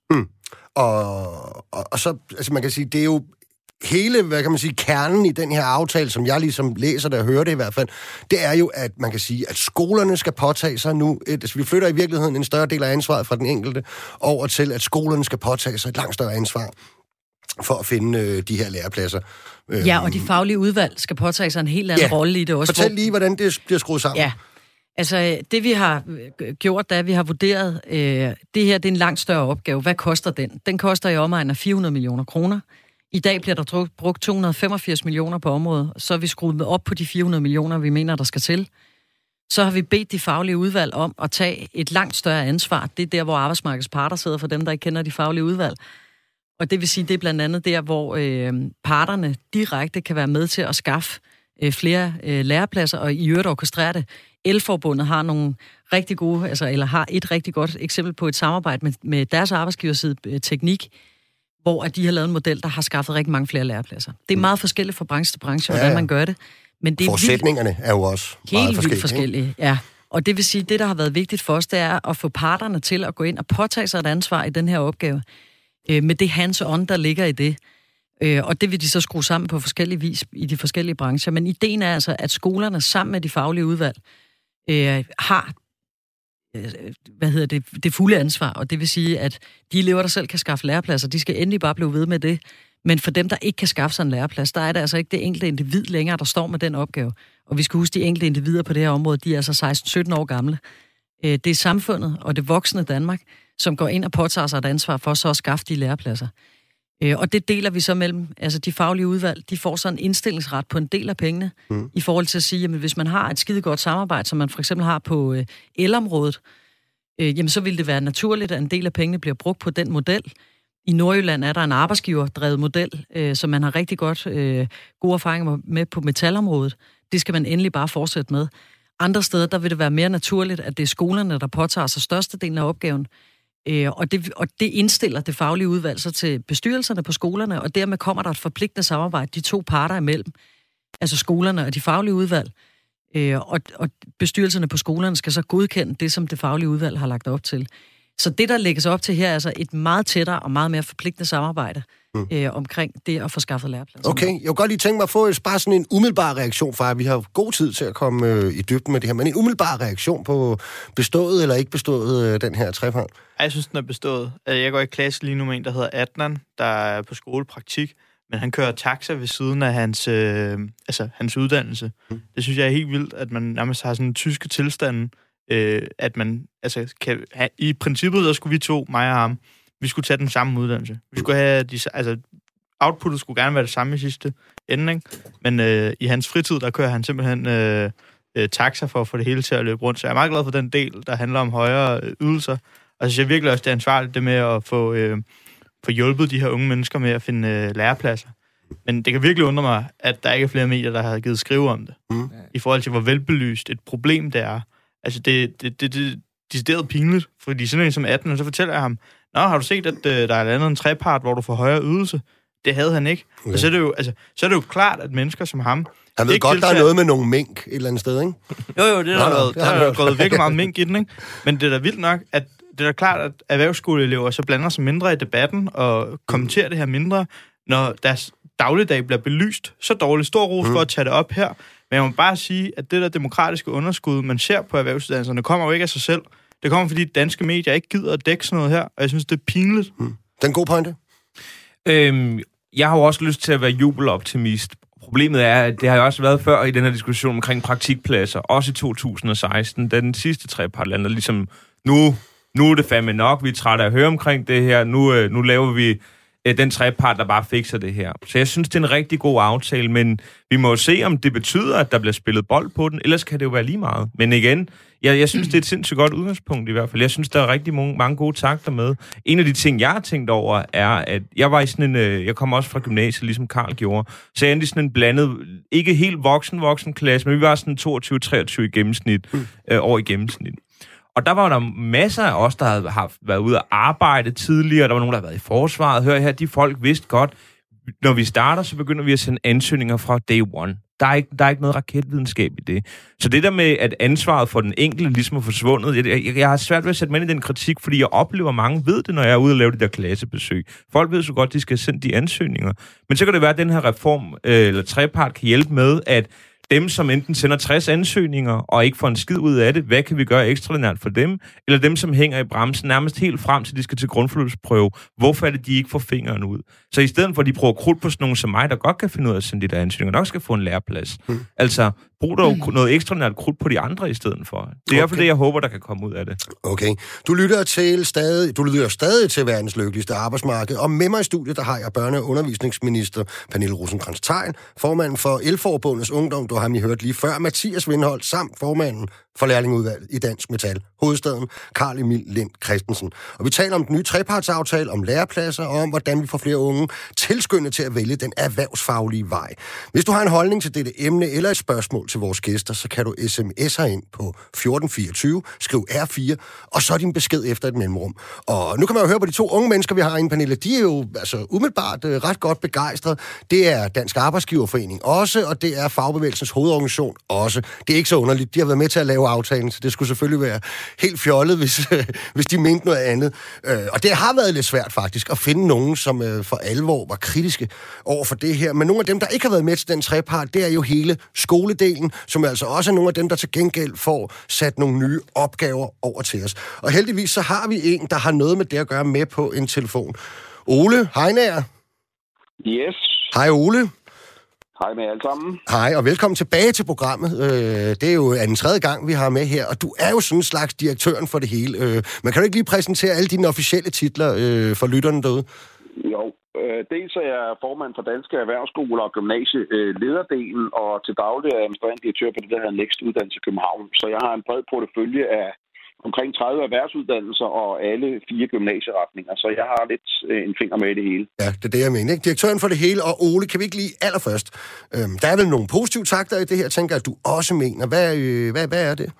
Og så, altså man kan sige, det er jo hele, hvad kan man sige, kernen i den her aftale, som jeg ligesom læser det og hører det i hvert fald, det er jo, at man kan sige, at skolerne skal påtage sig nu, altså vi flytter i virkeligheden en større del af ansvaret fra den enkelte over til, at skolerne skal påtage sig et langt større ansvar for at finde de her lærepladser. Ja, og de faglige udvalg skal påtage sig en helt anden rolle i det også. Fortæl lige, hvordan det bliver skruet sammen. Ja, altså det vi har gjort, da vi har vurderet, det her det er en langt større opgave. Hvad koster den? Den koster i omegnen af 400 millioner kroner. I dag bliver der brugt 285 millioner på området, så er vi skruet op på de 400 millioner, vi mener, der skal til. Så har vi bedt de faglige udvalg om at tage et langt større ansvar. Det er der, hvor arbejdsmarkedets parter sidder, for dem, der ikke kender de faglige udvalg. Og det vil sige, det er blandt andet der, hvor parterne direkte kan være med til at skaffe flere lærepladser, og i øvrigt orkestrere det. Elforbundet har nogle rigtig gode, altså, eller har et rigtig godt eksempel på et samarbejde med deres arbejdsgiverside Teknik, hvor de har lavet en model, der har skaffet rigtig mange flere lærepladser. Det er meget forskelligt fra branche til branche, hvordan man gør det. Men det er forudsætningerne er jo også helt vildt forskellige. Ja. Og det vil sige, det, der har været vigtigt for os, det er at få parterne til at gå ind og påtage sig et ansvar i den her opgave, med det hands-on, der ligger i det. Og det vil de så skrue sammen på forskellige vis i de forskellige brancher. Men ideen er altså, at skolerne sammen med de faglige udvalg har det fulde ansvar, og det vil sige, at de elever, der selv kan skaffe lærepladser, de skal endelig bare blive ved med det. Men for dem, der ikke kan skaffe sig en læreplads, der er det altså ikke det enkelte individ længere, der står med den opgave. Og vi skal huske, de enkelte individer på det her område, de er altså 16-17 år gamle. Det er samfundet og det voksne Danmark, som går ind og påtager sig et ansvar for så at skaffe de lærepladser. Og det deler vi så mellem, altså de faglige udvalg, de får så en indstillingsret på en del af pengene, i forhold til at sige, jamen hvis man har et skide godt samarbejde, som man for eksempel har på elområdet, jamen så vil det være naturligt, at en del af pengene bliver brugt på den model. I Nordjylland er der en arbejdsgiverdrevet model, som man har rigtig gode erfaringer med på metalområdet. Det skal man endelig bare fortsætte med. Andre steder, der vil det være mere naturligt, at det er skolerne, der påtager sig størstedelen af opgaven. Og det indstiller det faglige udvalg så til bestyrelserne på skolerne, og dermed kommer der et forpligtende samarbejde de to parter imellem, altså skolerne og de faglige udvalg. Og bestyrelserne på skolerne skal så godkende det, som det faglige udvalg har lagt op til. Så det, der lægges op til her, er altså et meget tættere og meget mere forpligtende samarbejde omkring det at få skaffet lærepladser. Okay, jeg kunne godt lige tænke mig at få bare sådan en umiddelbar reaktion fra, at vi har god tid til at komme i dybden med det her, men en umiddelbar reaktion på bestået eller ikke bestået den her trepart? Jeg synes, den er bestået. Jeg går i klasse lige nu med en, der hedder Adnan, der er på skolepraktik, men han kører taxa ved siden af hans uddannelse. Det synes jeg er helt vildt, at man nærmest har sådan en tyske tilstand, at man kan have, i princippet, der skulle vi to, mig og ham, vi skulle tage den samme uddannelse. Vi skulle have outputtet skulle gerne være det samme i sidste ende, ikke? Men i hans fritid, der kører han simpelthen taxa for at få det hele til at løbe rundt. Så jeg er meget glad for den del, der handler om højere ydelser. Og så synes jeg virkelig også, det er ansvarligt det med at få hjulpet de her unge mennesker med at finde lærepladser. Men det kan virkelig undre mig, at der ikke er flere medier, der har givet skrive om det. I forhold til, hvor velbelyst et problem det er. Altså, det er decideret pinligt, fordi sådan en som 18, og så fortæller jeg ham, har du set, at der er landet en trepart, hvor du får højere ydelse? Det havde han ikke. Okay. Og så er det jo klart, at mennesker som ham... Han ved godt, der er noget med nogle mink et eller andet sted, ikke? Jo, det der er gået virkelig meget mink i den, ikke? Men det er da vildt nok, at det er da klart, at erhvervsskoleelever så blander sig mindre i debatten og kommenterer det her mindre, når deres dagligdag bliver belyst så dårligt. Stor ros for at tage det op her. Men jeg må bare sige, at det der demokratiske underskud, man ser på erhvervsuddannelserne, kommer jo ikke af sig selv. Det kommer, fordi danske medier ikke gider at dække sådan noget her, og jeg synes, det er pinligt. Det er en god pointe. Jeg har jo også lyst til at være jubeloptimist. Problemet er, at det har jo også været før i den her diskussion omkring praktikpladser, også i 2016, da den sidste trepart lander ligesom, nu er det fandme nok, vi er trætte af at høre omkring det her, nu laver vi den trepart, der bare fikser det her. Så jeg synes, det er en rigtig god aftale, men vi må jo se, om det betyder, at der bliver spillet bold på den, ellers kan det jo være lige meget. Men igen, jeg synes, det er et sindssygt godt udgangspunkt i hvert fald. Jeg synes, der er rigtig mange gode takter med. En af de ting, jeg har tænkt over, er, at jeg var i sådan en... Jeg kom også fra gymnasiet, ligesom Karl gjorde, så jeg endte i sådan en blandet, ikke helt voksen klasse, men vi var sådan 22-23 i gennemsnit, år i gennemsnit. Og der var der masser af os, der havde været ude at arbejde tidligere. Der var nogen, der havde været i forsvaret. Hør her, de folk vidste godt, når vi starter, så begynder vi at sende ansøgninger fra day one. Der er ikke noget raketvidenskab i det. Så det der med, at ansvaret for den enkelte ligesom er forsvundet, jeg har svært ved at sætte mig ind i den kritik, fordi jeg oplever, at mange ved det, når jeg er ude og lave de der klassebesøg. Folk ved så godt, de skal sende de ansøgninger. Men så kan det være, at den her reform, eller trepart, kan hjælpe med, at dem, som enten sender 60 ansøgninger og ikke får en skid ud af det, hvad kan vi gøre ekstraordinært for dem? Eller dem, som hænger i bremsen nærmest helt frem til, de skal til grundforløbsprøve. Hvorfor er det, de ikke får fingeren ud? Så i stedet for, at de prøver krudt på sådan nogen som mig, der godt kan finde ud af at sende de der ansøgninger, nok skal få en læreplads. Altså, brug der jo noget ekstraordinært krudt på de andre i stedet for. Det er i hvert fald det, jeg håber, der kan komme ud af det. Okay. Du lytter stadig til verdens lykkeligste arbejdsmarked, og med mig i studiet, der har jeg børne- og undervisningsminister Pernille Rosenkrantz-Theil, formanden for Elforbundets Ungdom, du har ham I hørt lige før, Mathias Vindholt, samt formanden for lærlingudvalget i Dansk Metal, hovedstaden, Carl Emil Lind Christensen. Og vi taler om den nye trepartsaftale, om lærepladser, og om hvordan vi får flere unge tilskyndet til at vælge den erhvervsfaglige vej. Hvis du har en holdning til dette emne eller et spørgsmål til vores gæster, så kan du sms'e ind på 1424, skriv R4, og så din besked efter et mellemrum. Og nu kan man jo høre på de to unge mennesker, vi har inde, Pernille, de er jo umiddelbart ret godt begejstrede. Det er Dansk Arbejdsgiverforening også, og det er Fagbevægelsens hovedorganisation også. Det er ikke så underligt, de har været med til at lave aftalen, så det skulle selvfølgelig være helt fjollet, hvis de mente noget andet. Og det har været lidt svært faktisk at finde nogen, som for alvor var kritiske over for det her. Men nogle af dem, der ikke har været med til den trepart, det er jo hele skoledelen, som altså også er nogle af dem, der til gengæld får sat nogle nye opgaver over til os. Og heldigvis så har vi en, der har noget med det at gøre med på en telefon. Ole Heinager. Yes. Hej Ole. Hej med alle sammen. Hej, og velkommen tilbage til programmet. Det er jo den tredje gang, vi har med her, og du er jo sådan en slags direktøren for det hele. Man kan du ikke lige præsentere alle dine officielle titler for lytterne derude? Jo, dels er jeg formand for Danske Erhvervsskoler og Gymnasielederdelen, og til daglig er jeg administrerende direktør for det, der hedder Next Uddannelse i København. Så jeg har en bred portefølje af omkring 30 erhvervsuddannelser og alle 4 gymnasieretninger, så jeg har lidt en finger med i det hele. Ja, det er det, jeg mener, ikke? Direktøren for det hele, og Ole, kan vi ikke lige allerførst? Der er vel nogle positive takter i det her, tænker jeg, du også mener. Hvad er det?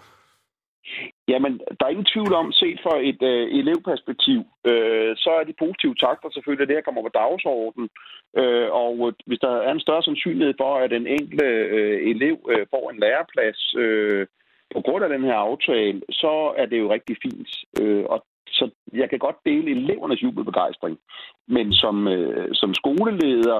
Jamen, der er ingen tvivl om, set fra et elevperspektiv, så er de positive takter selvfølgelig det, her kommer på dagsordenen. Og hvis der er en større sandsynlighed for, at den enkelte elev får en læreplads på grund af den her aftale, så er det jo rigtig fint. Og så jeg kan godt dele elevernes jubelbegejstring. Men som skoleleder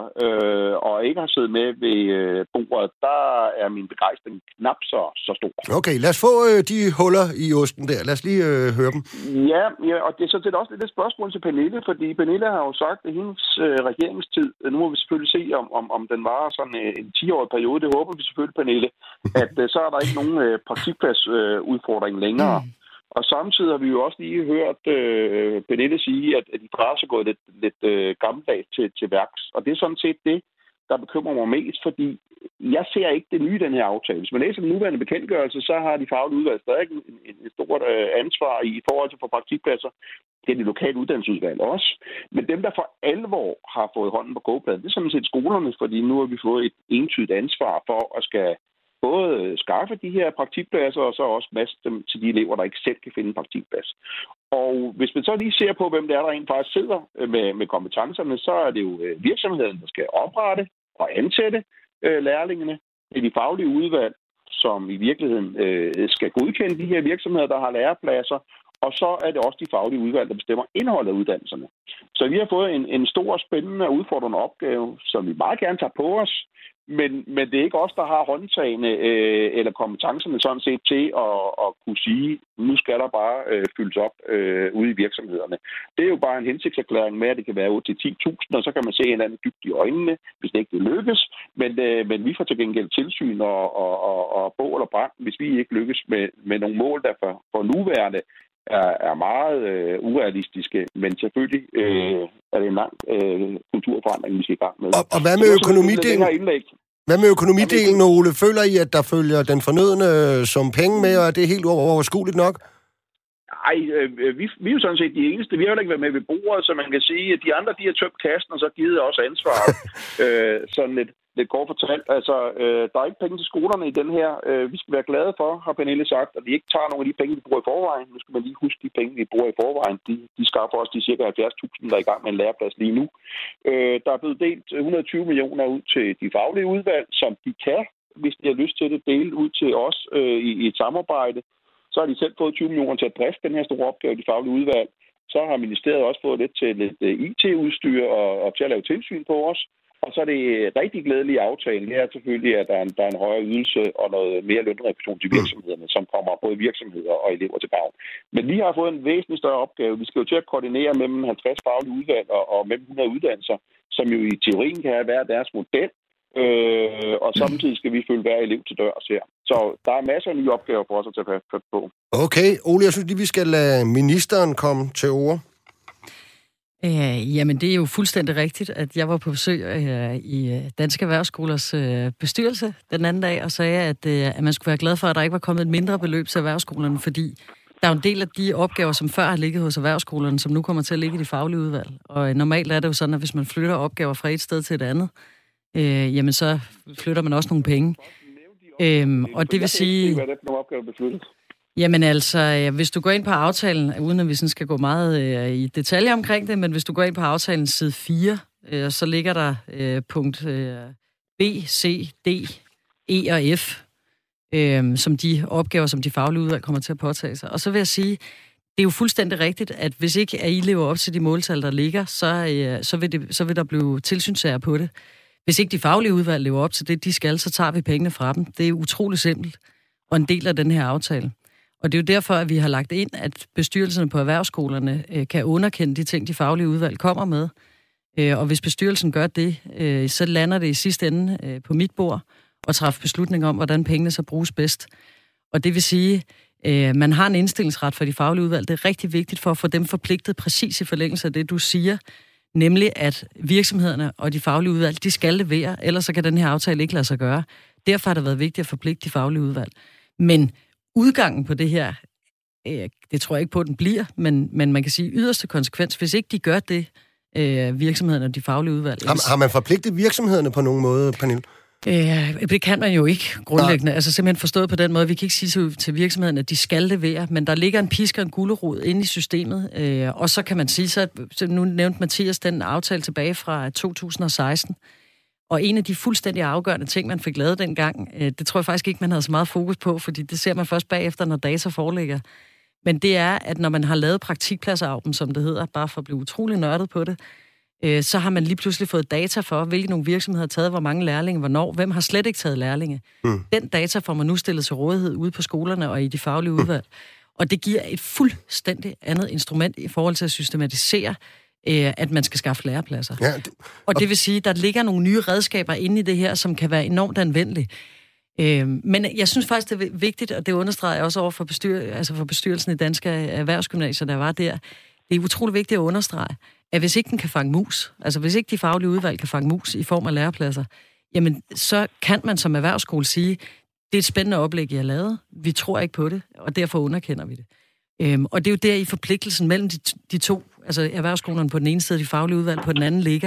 og ikke har siddet med ved bordet, der er min begejstring knap så stor. Okay, lad os få de huller i osten der. Lad os lige høre dem. Ja, og det er sådan set også lidt et spørgsmål til Pernille, fordi Pernille har jo sagt, at hendes regeringstid, nu må vi selvfølgelig se, om den var sådan en 10-årig periode, det håber vi selvfølgelig, Pernille, at så er der ikke nogen praktikpladsudfordring længere. Og samtidig har vi jo også lige hørt Pernille sige, at de bare er gået lidt gammeldags til værks. Og det er sådan set det, der bekymrer mig mest, fordi jeg ser ikke det nye i den her aftale. Hvis man læser den nuværende bekendtgørelse, så har de faglige udvalg stadig et stort ansvar i forhold til at få praktikpladser. Det er de lokale uddannelsesudvalg også. Men dem, der for alvor har fået hånden på kogepladen, det er sådan set skolerne, fordi nu har vi fået et entydigt ansvar for at skal både skaffe de her praktikpladser, og så også masse dem til de elever, der ikke selv kan finde en praktikplads. Og hvis man så lige ser på, hvem det er, der rent faktisk sidder med kompetencerne, så er det jo virksomheden, der skal oprette og ansætte lærlingene. Det er de faglige udvalg, som i virkeligheden skal godkende de her virksomheder, der har lærepladser. Og så er det også de faglige udvalg, der bestemmer indholdet af uddannelserne. Så vi har fået en stor, spændende og udfordrende opgave, som vi meget gerne tager på os. Men det er ikke os, der har håndtagene eller kompetencerne sådan set til at kunne sige, nu skal der bare fyldes op ude i virksomhederne. Det er jo bare en hensigtserklæring med, at det kan være 8-10.000, og så kan man se en eller anden dybt i øjnene, hvis det ikke lykkes. Men vi får til gengæld tilsyn og bål og brand, hvis vi ikke lykkes med nogle mål, der for nuværende er meget urealistiske, men selvfølgelig er det en lang kulturforandring, vi skal i gang med. Og hvad med økonomidelen? Hvad med økonomidelen, Ole? Føler I, at der følger den fornødne som penge med, og er det helt overskueligt nok? Nej, vi er jo sådan set de eneste. Vi har jo ikke været med ved bordet, så man kan sige, at de andre, de har tømt kassen, og så givet også ansvar. Sådan lidt kort fortalt. Altså, der er ikke penge til skolerne i den her. Vi skal være glade for, har Pernille sagt, at vi ikke tager nogle af de penge, vi bruger i forvejen. Nu skal man lige huske, de penge, vi bruger i forvejen. De skaffer også de cirka 70.000, der er i gang med en læreplads lige nu. Der er blevet delt 120 millioner ud til de faglige udvalg, som de kan, hvis de har lyst til det, dele ud til os i et samarbejde. Så har de selv fået 20 millioner til at drifte den her store opgave, de faglige udvalg. Så har ministeriet også fået lidt til lidt IT-udstyr og til at lave tilsyn på os. Og så er det rigtig glædelige aftale. Det er selvfølgelig, at der er en højere ydelse og noget mere lønrefusion til virksomhederne, som kommer både virksomheder og elever til gavn. Men vi har fået en væsentlig større opgave. Vi skal jo til at koordinere mellem 50 faglige udvalg og mellem 100 uddannelser, som jo i teorien kan have hver deres model. Og samtidig skal vi følge hver elev til dørs her. Så der er masser af nye opgaver for os at tage fat på. Okay, Ole, jeg synes lige, vi skal lade ministeren komme til ord. Jamen, det er jo fuldstændig rigtigt, at jeg var på besøg i Danske Erhvervsskolers bestyrelse den anden dag, og sagde, at man skulle være glad for, at der ikke var kommet et mindre beløb til erhvervsskolerne, fordi der er jo en del af de opgaver, som før har ligget hos erhvervsskolerne, som nu kommer til at ligge i de faglige udvalg. Og normalt er det jo sådan, at hvis man flytter opgaver fra et sted til et andet, jamen så flytter man også nogle penge. Og det vil sige... Jamen altså, hvis du går ind på aftalen, uden at vi sådan skal gå meget i detaljer omkring det, men hvis du går ind på aftalen side 4, så ligger der punkt B, C, D, E og F, som de opgaver, som de faglige udvalg kommer til at påtage sig. Og så vil jeg sige, det er jo fuldstændig rigtigt, at hvis ikke I lever op til de måltal, der ligger, så vil der blive tilsynssager på det. Hvis ikke de faglige udvalg lever op til det, de skal, så tager vi pengene fra dem. Det er utroligt simpelt, og en del af den her aftale. Og det er jo derfor, at vi har lagt ind, at bestyrelserne på erhvervsskolerne kan underkende de ting, de faglige udvalg kommer med. Og hvis bestyrelsen gør det, så lander det i sidste ende på mit bord og træffe beslutning om, hvordan pengene så bruges bedst. Og det vil sige, man har en indstillingsret for de faglige udvalg. Det er rigtig vigtigt for at få dem forpligtet præcis i forlængelse af det, du siger, nemlig at virksomhederne og de faglige udvalg, de skal levere, ellers så kan den her aftale ikke lade sig gøre. Derfor har det været vigtigt at forpligte de faglige udvalg. Men udgangen på det her, det tror jeg ikke på, at den bliver, men man kan sige yderste konsekvens, hvis ikke de gør det, virksomhederne og de faglige udvalg. Har man forpligtet virksomhederne på nogen måde, Pernille? Det kan man jo ikke grundlæggende. Nej. Altså simpelthen forstået på den måde. Vi kan ikke sige til virksomheden, at de skal levere, men der ligger en pisk og en gulerod inde i systemet. Og så kan man sige, så nu nævnte Mathias den aftale tilbage fra 2016. Og en af de fuldstændig afgørende ting, man fik lavet dengang, det tror jeg faktisk ikke, man havde så meget fokus på, fordi det ser man først bagefter, når data foreligger. Men det er, at når man har lavet praktikpladsarben, som det hedder, bare for at blive utrolig nørdet på det, så har man lige pludselig fået data for, hvilke nogle virksomheder har taget, hvor mange lærlinge, hvornår, hvem har slet ikke taget lærlinge. Den data får man nu stillet til rådighed ude på skolerne og i de faglige udvalg. Og det giver et fuldstændig andet instrument i forhold til at systematisere, at man skal skaffe lærepladser. Ja, og det vil sige, at der ligger nogle nye redskaber inde i det her, som kan være enormt anvendelige. Men jeg synes faktisk, det er vigtigt, og det understreger jeg også over for, for bestyrelsen i Danske Erhvervsgymnasier, der var der. Det er utrolig vigtigt at understrege, at hvis ikke den kan fange mus, altså hvis ikke de faglige udvalg kan fange mus i form af lærepladser, jamen så kan man som erhvervsskole sige, det er et spændende oplæg, I har lavet, vi tror ikke på det, og derfor underkender vi det. Og det er jo der i forpligtelsen mellem de to, altså erhvervsskolerne på den ene side, de faglige udvalg på den anden ligger.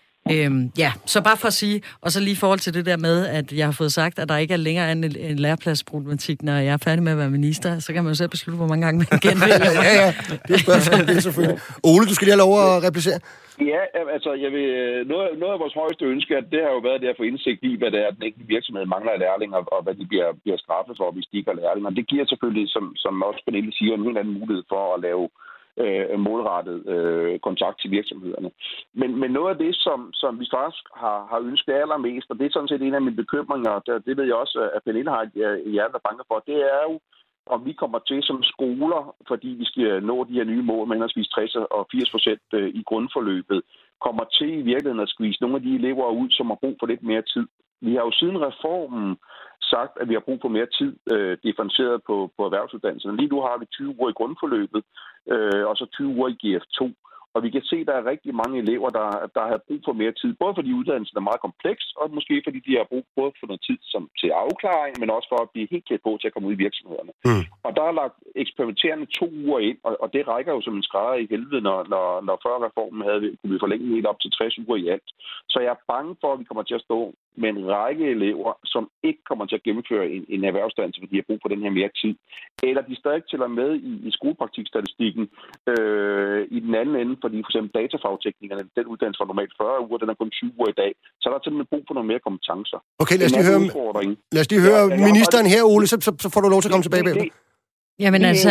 Så bare for at sige, og så lige i forhold til det der med, at jeg har fået sagt, at der ikke er længere en lærepladsproblematik, når jeg er færdig med at være minister, så kan man jo selv beslutte, hvor mange gange man genvælger. Ja, det er spørgsmålet, det er selvfølgelig. Ole, du skal lige have lov at replicere. Ja, altså, noget af vores højeste ønske, det har jo været det at få indsigt i, hvad det er, den enkelte virksomhed mangler af lærlinger, og hvad de bliver straffet for, hvis de ikke har lærlinger. Det giver selvfølgelig, som også Pernille siger, en helt anden mulighed for at lave målrettet kontakt til virksomhederne. Men noget af det, som vi faktisk har ønsket allermest, og det er sådan set en af mine bekymringer, det ved jeg også, at Pernille har et hjerte, der banker for, det er jo, om vi kommer til som skoler, fordi vi skal nå de her nye mål med henholdsvis 60 og 80% i grundforløbet, kommer til i virkeligheden at squeeze nogle af de elever ud, som har brug for lidt mere tid. Vi har jo siden reformen sagt, at vi har brug for mere tid differentieret på erhvervsuddannelserne. Lige nu har vi 20 uger i grundforløbet, og så 20 uger i GF2. Og vi kan se, at der er rigtig mange elever, der har brug for mere tid. Både fordi uddannelsen er meget kompleks, og måske fordi de har brug både for noget tid til afklaring, men også for at blive helt klædt på til at komme ud i virksomhederne. Og der er lagt eksperimenterende 2 uger ind, og det rækker jo som en skrædder i helvede, når før reformen kunne vi forlænge helt op til 60 uger i alt. Så jeg er bange for, at vi kommer til at stå med en række elever, som ikke kommer til at gennemføre en erhvervsuddannelse, fordi de har brug for den her mere tid. Eller de stadig tæller med i skolepraktikstatistikken i den anden ende, fordi for eksempel datafagteknikerne, den uddannelse var normalt 40 uger, den er kun 20 uger i dag, så der er simpelthen brug for noget mere kompetencer. Okay, lad os lige høre ministeren her, Ole, så får du lov til at komme tilbage bagefter. Jamen altså,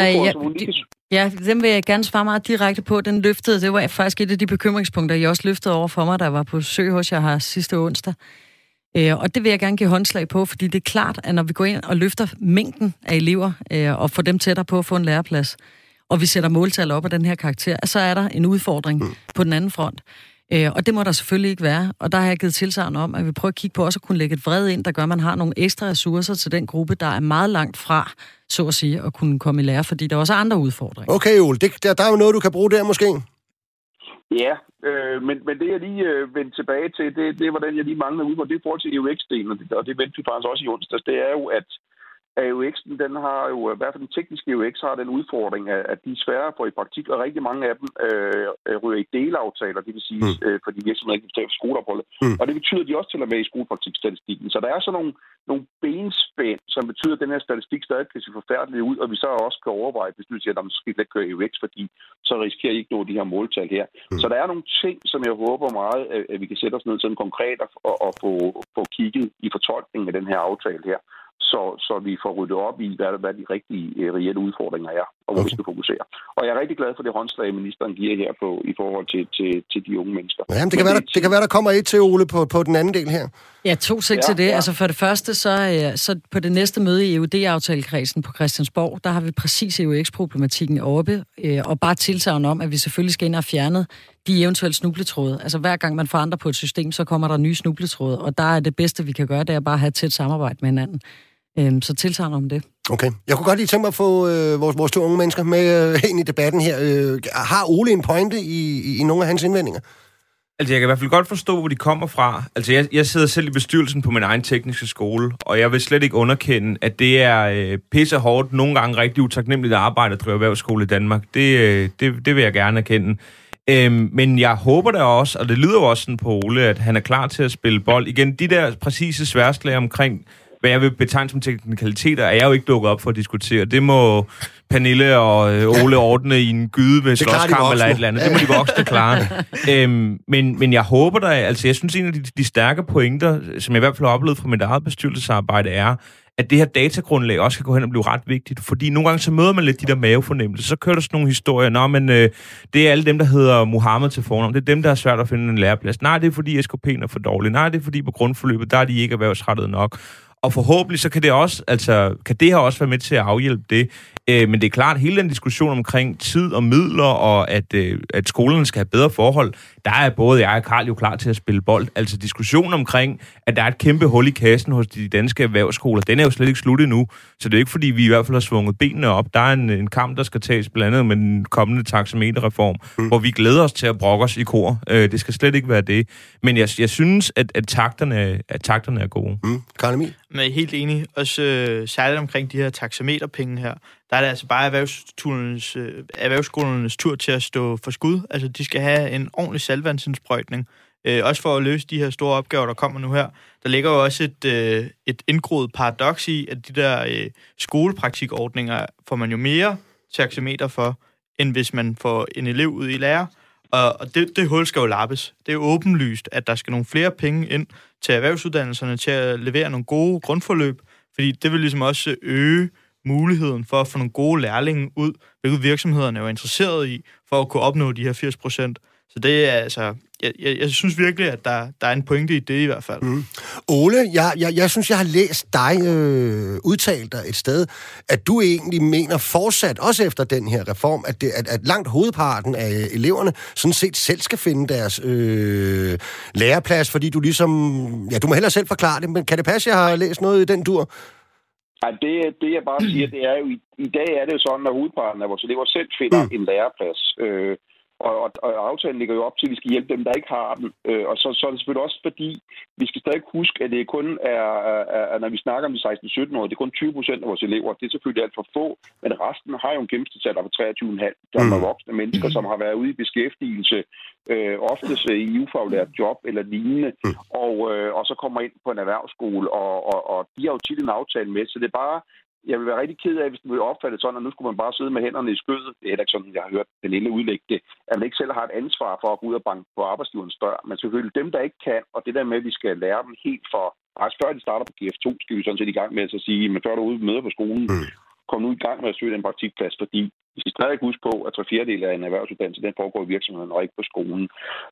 den vil jeg gerne svare meget direkte på. Den løftede, det var faktisk et af de bekymringspunkter, jeg også løftede over for mig, der var på besøg hos jer her sidste onsdag. Og det vil jeg gerne give håndslag på, fordi det er klart, at når vi går ind og løfter mængden af elever og får dem tættere på at få en læreplads, og vi sætter måltal op af den her karakter, så er der en udfordring på den anden front. Og det må der selvfølgelig ikke være. Og der har jeg givet tilsagn om, at vi prøver at kigge på også at kunne lægge et vred ind, der gør, at man har nogle ekstra ressourcer til den gruppe, der er meget langt fra, så at sige, at kunne komme i lære, fordi der er også andre udfordringer. Okay, Ole, der er jo noget, du kan bruge der måske. Ja, men det jeg lige vendte tilbage til, det var den, jeg lige manglede ud på, det er i forhold til EUX-delen, og det vendte vi faktisk også i onsdags. Det er jo, at EUX'en, den har jo, i hvert fald den tekniske EUX, har den udfordring, at de er svære at få i praktik, og rigtig mange af dem ryger i delaftaler, det vil sige, fordi virksomheder ikke betaler for skoleopholdet. Og det betyder, at de også tæller med i skolepraktikstatistikken. Så der er så nogle benspænd, som betyder, at den her statistik stadig kan se forfærdelig ud, og vi så også kan overveje, hvis du siger, at der måske ikke kører EUX, fordi så risikerer I ikke nå de her måltal her. Så der er nogle ting, som jeg håber meget, at vi kan sætte os ned sådan konkret og få kigget i fortolkningen af den her aftale her. Så vi får ryddet op i, hvad de rigtige reelle udfordringer er. og hvor vi skal fokusere. Og jeg er rigtig glad for det håndslag, ministeren giver her i forhold til de unge mennesker. Jamen, det kan være, der kommer et til, Ole, på den anden del her. Ja, 2 ting til det. Ja. Altså for det første, så på det næste møde i EUD-aftalekredsen på Christiansborg, der har vi præcis EUX-problematikken oppe, og bare tilsagn om, at vi selvfølgelig skal ind og fjerne de eventuelle snubletråde. Altså hver gang man forandrer på et system, så kommer der nye snubletråde, og der er det bedste, vi kan gøre, det er bare at have et tæt samarbejde med hinanden. Så tilsagn om det. Okay. Jeg kunne godt lige tænke mig at få vores 2 unge mennesker med ind i debatten her. Har Ole en pointe i nogle af hans indvendinger? Altså, jeg kan i hvert fald godt forstå, hvor de kommer fra. Altså, jeg sidder selv i bestyrelsen på min egen tekniske skole, og jeg vil slet ikke underkende, at det er pisse hårdt, nogle gange rigtig utaknemmeligt arbejde at drive erhvervsskole i Danmark. Det vil jeg gerne erkende. Men jeg håber da også, og det lyder jo også sådan på Ole, at han er klar til at spille bold. Igen, de der præcise sværslag omkring, hvad jeg vil betegne som teknikaliteter, er jeg jo ikke dukket op for at diskutere. Det må Pernille og Ole ordne i en gyde ved slåskamp eller et eller andet. Det må de voksne klare. Men jeg håber da, altså jeg synes, en af de stærke pointer, som jeg i hvert fald har oplevet fra mit eget bestyrelsesarbejde, er, at det her datagrundlag også kan gå hen og blive ret vigtigt. Fordi nogle gange så møder man lidt de der mavefornemmelser. Så kører der sådan nogle historier. Nå, men det er alle dem, der hedder Mohammed til fornavn. Det er dem, der er svært at finde en læreplads. Nej, det er fordi SKP'en er for dårlig. Nej, det er fordi på grundforløbet, der er de ikke erhvervsrettet nok. Og forhåbentlig så kan det også, altså kan det her også være med til at afhjælpe det. Men det er klart, hele den diskussion omkring tid og midler, og at skolerne skal have bedre forhold, der er både jeg og Karl jo klar til at spille bold. Altså diskussionen omkring, at der er et kæmpe hul i kassen hos de danske erhvervsskoler, den er jo slet ikke slut endnu. Så det er ikke fordi, vi i hvert fald har svunget benene op. Der er en kamp, der skal tages blandt andet med den kommende taxameterreform, hvor vi glæder os til at brokke os i kor. Det skal slet ikke være det. Men jeg synes, at takterne er gode. Karl Emil? Men jeg er helt enig. Også særligt omkring de her taxameterpenge her. Der er det altså bare erhvervsskolernes tur til at stå for skud. Altså, de skal have en ordentlig saltvandsindsprøjtning. Også for at løse de her store opgaver, der kommer nu her. Der ligger jo også et indgroet paradoks i, at de der skolepraktikordninger får man jo mere taxameter for, end hvis man får en elev ud i lærer. Og det hul skal jo lappes. Det er jo åbenlyst, at der skal nogle flere penge ind til erhvervsuddannelserne, til at levere nogle gode grundforløb, fordi det vil ligesom også øge muligheden for at få nogle gode lærlinge ud, hvilket virksomhederne er jo interesseret i, for at kunne opnå de her 80%. Så det er altså... Jeg synes virkelig, at der er en pointe i det i hvert fald. Ole, jeg synes, jeg har læst dig udtale dig et sted, at du egentlig mener fortsat, også efter den her reform, at langt hovedparten af eleverne sådan set selv skal finde deres læreplads, fordi du ligesom... Ja, du må hellere selv forklare det, men kan det passe, jeg har læst noget i den dur? Nej, det jeg bare siger, det er jo, i dag er det jo sådan, at hovedparten af vores elever selv finder en læreplads. Og aftalen ligger jo op til, at vi skal hjælpe dem, der ikke har den. Og så er det selvfølgelig også fordi, vi skal stadig huske, at det kun er når vi snakker om de 16-17-årige, det er kun 20% af vores elever. Det er selvfølgelig alt for få, men resten har jo en gennemsnitsalder på 23,5. Der er voksne mennesker, som har været ude i beskæftigelse, oftest i ufaglært job eller lignende, og så kommer ind på en erhvervsskole, og de har jo tit en aftale med, så det er bare... Jeg vil være rigtig ked af, hvis det bliver opfattet sådan, at nu skulle man bare sidde med hænderne i skødet. Det er heller ikke sådan, jeg har hørt Pernille udlægge det. At man ikke selv har et ansvar for at gå ud og banke på arbejdsgiverens dør. Men selvfølgelig dem, der ikke kan, og det der med, at vi skal lære dem helt for... Altså før de starter på GF2, skal vi sådan set i gang med at sige, men før du er ude og møder på skolen, kom nu i gang med at søge den praktikplads, fordi vi skal stadig huske på, at 3/4 af en erhvervsuddannelse, den foregår i virksomheden og ikke på skolen.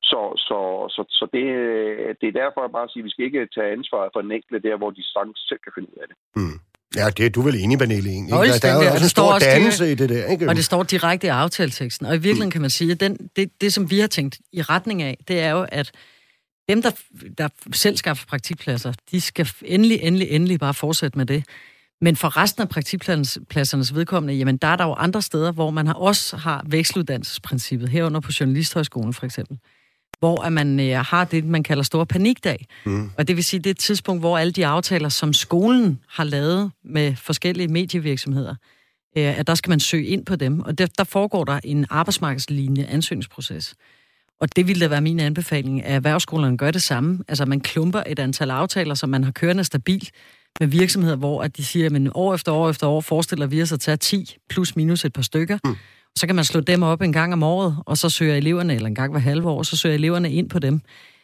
Så det er derfor, jeg bare siger, at vi skal ikke tage ansvaret for den enkelte der, hvor de sagtens selv kan finde ud af det. Ja, det er du vel enig, Pernille, egentlig. Der er jo også en stor dannelse i det der, ikke? Og det står direkte i aftaleteksten. Og i virkeligheden kan man sige, at det, som vi har tænkt i retning af, det er jo, at dem, der selv skaffer praktikpladser, de skal endelig bare fortsætte med det. Men for resten af praktikpladsernes vedkommende, jamen der er der jo andre steder, hvor man også har vekseluddannelsesprincippet, herunder på Journalisthøjskolen for eksempel, hvor man har det, man kalder store panikdag. Og det vil sige, det er et tidspunkt, hvor alle de aftaler, som skolen har lavet med forskellige medievirksomheder, at der skal man søge ind på dem. Og der foregår der en arbejdsmarkedslignende ansøgningsproces. Og det ville da være min anbefaling, at erhvervsskolerne gør det samme. Altså man klumper et antal aftaler, som man har kørende stabilt med virksomheder, hvor at de siger, at år efter år forestiller vi os at tage 10 plus minus et par stykker. Så kan man slå dem op en gang om året, og så søger eleverne, eller en gang hver halve år, så søger eleverne ind på dem.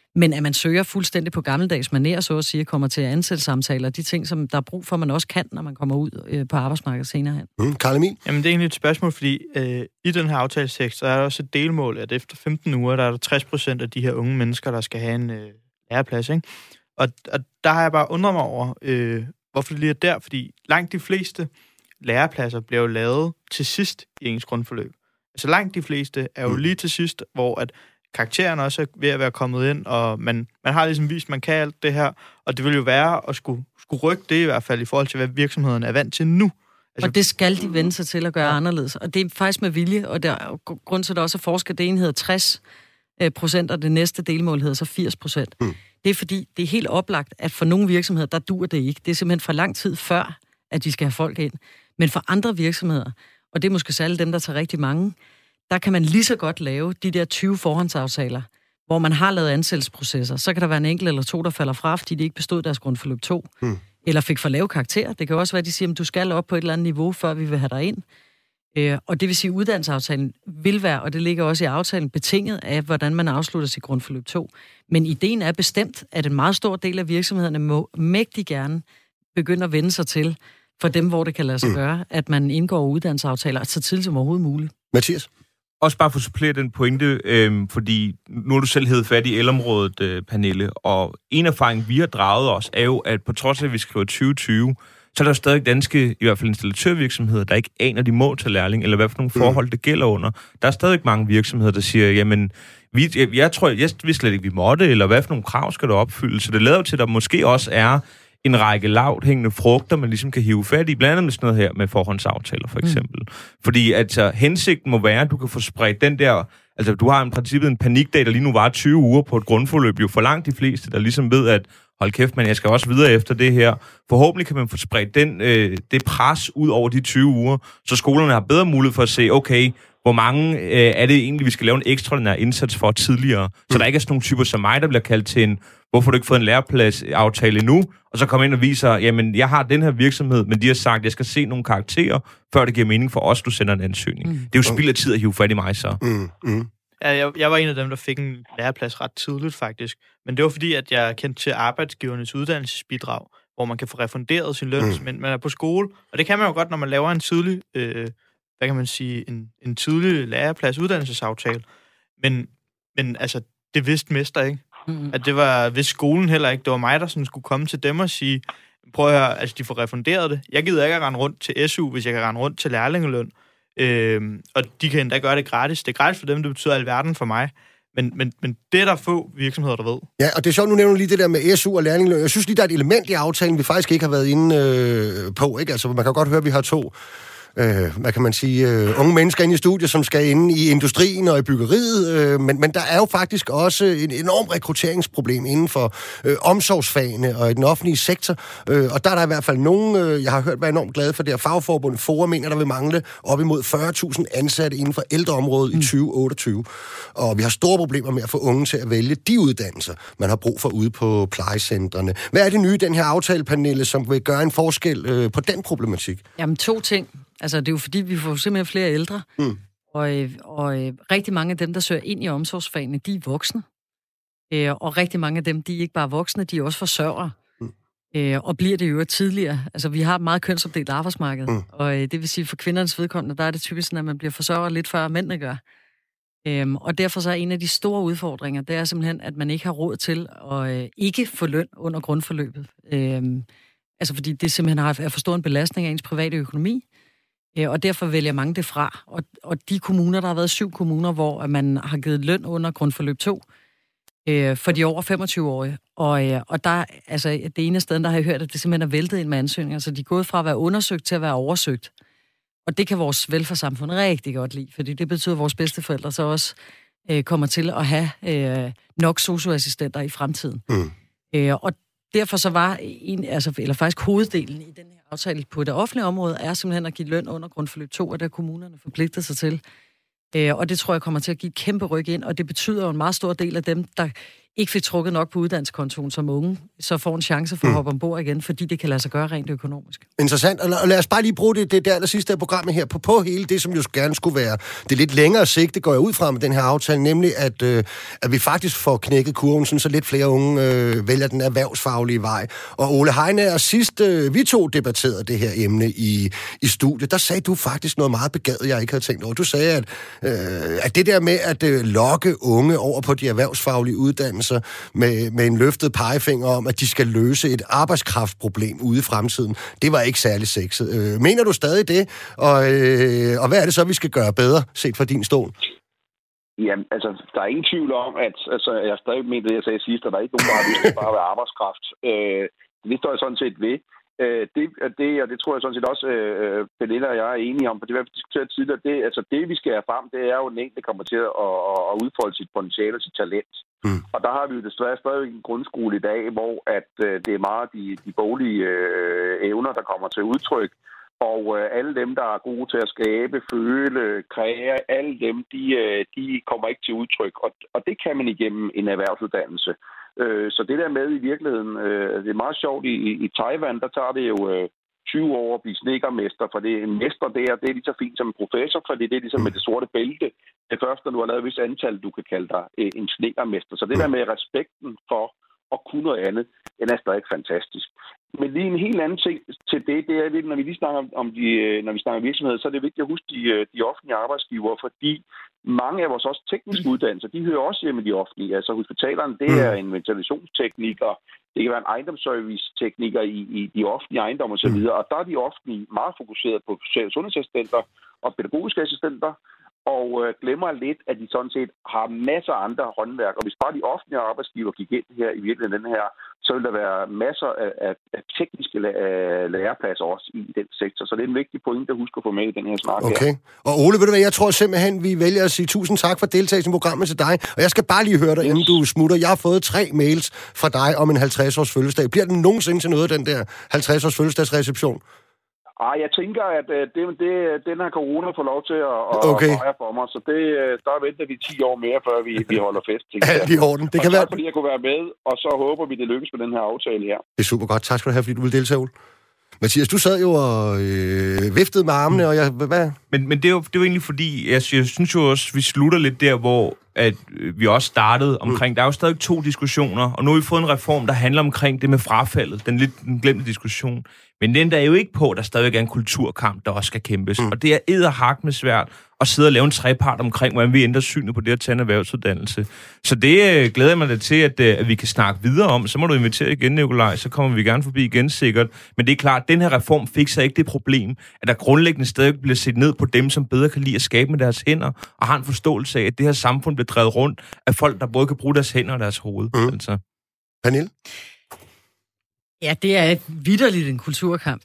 Men at man søger fuldstændig på gammeldags manér, så at sige, kommer til at ansætte samtaler, de ting, som der er brug for, man også kan, når man kommer ud på arbejdsmarkedet senere hen. Karl Emil? Jamen, det er egentlig et spørgsmål, fordi i den her aftaletekst, så er der også et delmål, at efter 15 uger, der er der 60% af de her unge mennesker, der skal have en læreplads, ikke? Og der har jeg bare undret mig over, hvorfor det lige er der, fordi langt de fleste lærepladser bliver jo lavet til sidst i ens grundforløb. Altså langt de fleste er jo lige til sidst, hvor at karakteren også er ved at være kommet ind, og man har ligesom vist, at man kan alt det her, og det vil jo være at skulle rykke det i hvert fald i forhold til, hvad virksomheden er vant til nu. Altså, og det skal de vende sig til at gøre anderledes. Og det er faktisk med vilje, og der er grund til, at der også er forsket. Det ene hedder 60%, og det næste delmål hedder så 80%. Det er fordi, det er helt oplagt, at for nogle virksomheder, der dur det ikke. Det er simpelthen for lang tid før, at de skal have folk ind. Men for andre virksomheder, og det er måske særligt dem, der tager rigtig mange, der kan man lige så godt lave de der 20 forhåndsaftaler, hvor man har lavet ansættelsesprocesser. Så kan der være en enkelt eller to, der falder fra, fordi de ikke bestod deres grundforløb 2. Eller fik for lave karakterer. Det kan også være, at de siger, at du skal op på et eller andet niveau, før vi vil have dig ind. Og det vil sige, at uddannelsesaftalen vil være, og det ligger også i aftalen, betinget af, hvordan man afslutter sit grundforløb 2. Men ideen er bestemt, at en meget stor del af virksomhederne må mægtig gerne begynde at vende sig til, for dem, hvor det kan lade sig gøre, at man indgår uddannelsesaftaler så tidligt som overhovedet muligt. Mathias? Også bare for at supplere den pointe, fordi nu har du selv heddet fat i elområdet, Pernille, og en erfaring, vi har draget os, er jo, at på trods af, at vi skriver 2020, så er der stadig danske, i hvert fald installatørvirksomheder, der ikke aner de mål til lærling, eller hvad for nogle forhold det gælder under. Der er stadig mange virksomheder, der siger, jamen, jeg tror slet ikke, vi måtte, eller hvad for nogle krav skal der opfylde. Så det lader til, at der måske også er en række lavt hængende frugter, man ligesom kan hive fat i, blandt andet med sådan noget her med forhåndsaftaler, for eksempel. Fordi altså, hensigten må være, at du kan få spredt den der, altså du har i princippet en panikdag, der lige nu var 20 uger på et grundforløb, jo for langt de fleste, der ligesom ved, at hold kæft, men jeg skal også videre efter det her. Forhåbentlig kan man få spredt det pres ud over de 20 uger, så skolerne har bedre mulighed for at se, okay, hvor mange er det egentlig, vi skal lave en ekstraordinær indsats for tidligere, så der ikke er sådan nogle typer som mig, der bliver kaldt til en, hvorfor du ikke fået en lærepladsaftale endnu, og så kommer ind og viser, jamen, jeg har den her virksomhed, men de har sagt, at jeg skal se nogle karakterer, før det giver mening for os, du sender en ansøgning. Det er jo spild af tid at hive fat i mig, så. Ja, jeg var en af dem, der fik en læreplads ret tidligt, faktisk. Men det var fordi, at jeg kendte til arbejdsgivernes uddannelsesbidrag, hvor man kan få refunderet sin løn, men man er på skole. Og det kan man jo godt, når man laver en tidlig, hvad kan man sige, en tidlig læreplads uddannelsesaftale. Men altså, det vidste mester ikke. At det var ved skolen heller ikke. Det var mig, der sådan skulle komme til dem og sige, prøv at høre, altså de får refunderet det. Jeg gider ikke at rende rundt til SU, hvis jeg kan rende rundt til lærlingeløn. Og de kan endda gøre det gratis. Det er gratis for dem, det betyder alverden for mig. Men det er der få virksomheder, der ved. Ja, og det er sjovt, nu nævner du lige det der med SU og lærlingeløn. Jeg synes lige, der er et element i aftalen, vi faktisk ikke har været inde på. Ikke? Altså, man kan godt høre, at vi har to hvad kan man sige, unge mennesker inde i studiet, som skal inde i industrien og i byggeriet, men der er jo faktisk også en enorm rekrutteringsproblem inden for omsorgsfagene og i den offentlige sektor, og der er der i hvert fald nogen, jeg har hørt være enormt glade for det her fagforbund, FOA mener, der vil mangle op imod 40.000 ansatte inden for ældreområdet i 2028, og vi har store problemer med at få unge til at vælge de uddannelser, man har brug for ude på plejecentrene. Hvad er det nye, den her aftale, Pernille, som vil gøre en forskel på den problematik? Jamen, 2 ting. Altså, det er jo fordi, vi får simpelthen flere ældre, og rigtig mange af dem, der søger ind i omsorgsfagene, de er voksne. Og rigtig mange af dem, de er ikke bare voksne, de er også forsørgere. Og bliver det jo tidligere. Altså, vi har et meget kønsopdelt arbejdsmarked, og det vil sige, for kvindernes vedkommende, der er det typisk sådan, at man bliver forsørger lidt før mændene gør. Og derfor så er en af de store udfordringer, det er simpelthen, at man ikke har råd til at ikke få løn under grundforløbet. Altså, fordi det simpelthen er for stor en belastning af ens private økonomi. Og derfor vælger mange det fra. Og de kommuner, der har været 7 kommuner, hvor man har givet løn under grundforløb 2 for de over 25-årige. Og der, altså det ene sted, der har jeg hørt, at det simpelthen er væltet ind med ansøgninger, så de er gået fra at være undersøgt til at være oversøgt. Og det kan vores velfærdssamfund rigtig godt lide, fordi det betyder, at vores bedsteforældre så også kommer til at have nok socioassistenter i fremtiden. Og derfor så var faktisk hoveddelen i den her aftale på det offentlige område, er simpelthen at give løn under grundforløb 2, og det kommunerne forpligter sig til. Og det tror jeg kommer til at give et kæmpe ryk ind, og det betyder jo en meget stor del af dem, der ikke fik trukket nok på uddannelseskontoen som unge, så får en chance for at hoppe ombord igen, fordi det kan lade sig gøre rent økonomisk. Interessant. Og lad os bare lige bruge det aller sidste af programmet her på hele det, som jo gerne skulle være det lidt længere sigte, går jeg ud fra med den her aftale, nemlig at vi faktisk får knækket kurven, så lidt flere unge vælger den erhvervsfaglige vej. Og Ole Heine, og sidst vi to debatterede det her emne i studiet, der sagde du faktisk noget meget begavet, jeg ikke havde tænkt over. Du sagde, at det der med at lokke unge over på de erhvervsfaglige uddannelser med en løftet pegefinger om, at de skal løse et arbejdskraftproblem ude i fremtiden, det var ikke særlig sexet. Mener du stadig det? Og hvad er det så, vi skal gøre bedre, set fra din stol? Jamen, altså, der er ingen tvivl om, at jeg stadig mener det, jeg sagde sidst, at der er ikke nogen, der har lyst til bare at være arbejdskraft. Det står jeg sådan set ved. Det tror jeg sådan set også, Pernille og jeg er enige om, for det vi diskuteret tidligere. Det, vi skal have frem, det er jo den enkelte, der kommer til at udfolde sit potentiale og sit talent. Og der har vi jo desværre stadig en grundskole i dag, hvor at det er meget de boglige evner, der kommer til udtryk. Og alle dem, der er gode til at skabe, føle, kreere, alle dem, de kommer ikke til udtryk. Og det kan man igennem en erhvervsuddannelse. Så det der med i virkeligheden, det er meget sjovt. I Taiwan, der tager det jo 20 år at blive snedkermester, for det er en mester der, det er lige så fint som en professor, fordi det er ligesom med det sorte bælte. Det første, når du har lavet et vis antal, du kan kalde dig en snedkermester. Så det der med respekten for at kunne noget andet, den er stadig fantastisk. Men lige en helt anden ting til det er, når vi lige snakker når vi snakker virksomhed, så er det vigtigt at huske de offentlige arbejdsgivere, fordi mange af vores også tekniske uddannelser, de hører også hjemme i de offentlige. Altså hospitalerne, det er en ventilationstekniker, det kan være en ejendomsservice-tekniker i de offentlige ejendomme osv., og der er de offentlige meget fokuseret på sociale sundhedsassistenter og pædagogiske assistenter, og glemmer lidt, at de sådan set har masser af andre håndværk. Og hvis bare de offentlige arbejdsgiver gik ind her i virkeligheden den her, så vil der være masser af tekniske lærepladser også i den sektor. Så det er en vigtig pointe at huske at få med i den her snak her. Okay. Og Ole, ved du hvad, jeg tror simpelthen, vi vælger at sige tusind tak for deltagelsen i programmet til dig. Og jeg skal bare lige høre dig, inden du smutter. Jeg har fået 3 mails fra dig om en 50-års fødselsdag. Bliver den nogensinde til noget, den der 50-års fødselsdagsreception? Jeg tænker, at den her corona får lov til at fejre for mig, så der venter vi 10 år mere, før vi holder fest. Alt i orden. Det kan tak, være... fordi jeg kunne være med, og så håber vi, det lykkes med den her aftale her. Det er super godt. Tak skal du have, fordi du ville deltage, Ole. Mathias, du sad jo og viftede med armene, og hvad? Men det er jo egentlig fordi, jeg synes jo også, vi slutter lidt der, hvor at vi også startede omkring. Der er jo stadig 2 diskussioner, og nu har vi fået en reform, der handler omkring det med frafaldet. Den glemte diskussion. Men den der er jo ikke på, der stadig er en kulturkamp, der også skal kæmpes. Og det er edderhak med svært at sidde og lave en trepart omkring, hvordan vi ændrer synet på det at tage en erhvervsuddannelse. Så det glæder jeg mig da til, at vi kan snakke videre om. Så må du invitere igen, Nikolaj, så kommer vi gerne forbi igen sikkert. Men det er klart, at den her reform fikser ikke det problem, at der grundlæggende stadig bliver set ned på dem, som bedre kan lide at skabe med deres hænder, og har en forståelse af, at det her samfund bliver drevet rundt af folk, der både kan bruge deres hænder og deres hoved. Altså. Pernille? Ja, det er vitterligt en kulturkamp.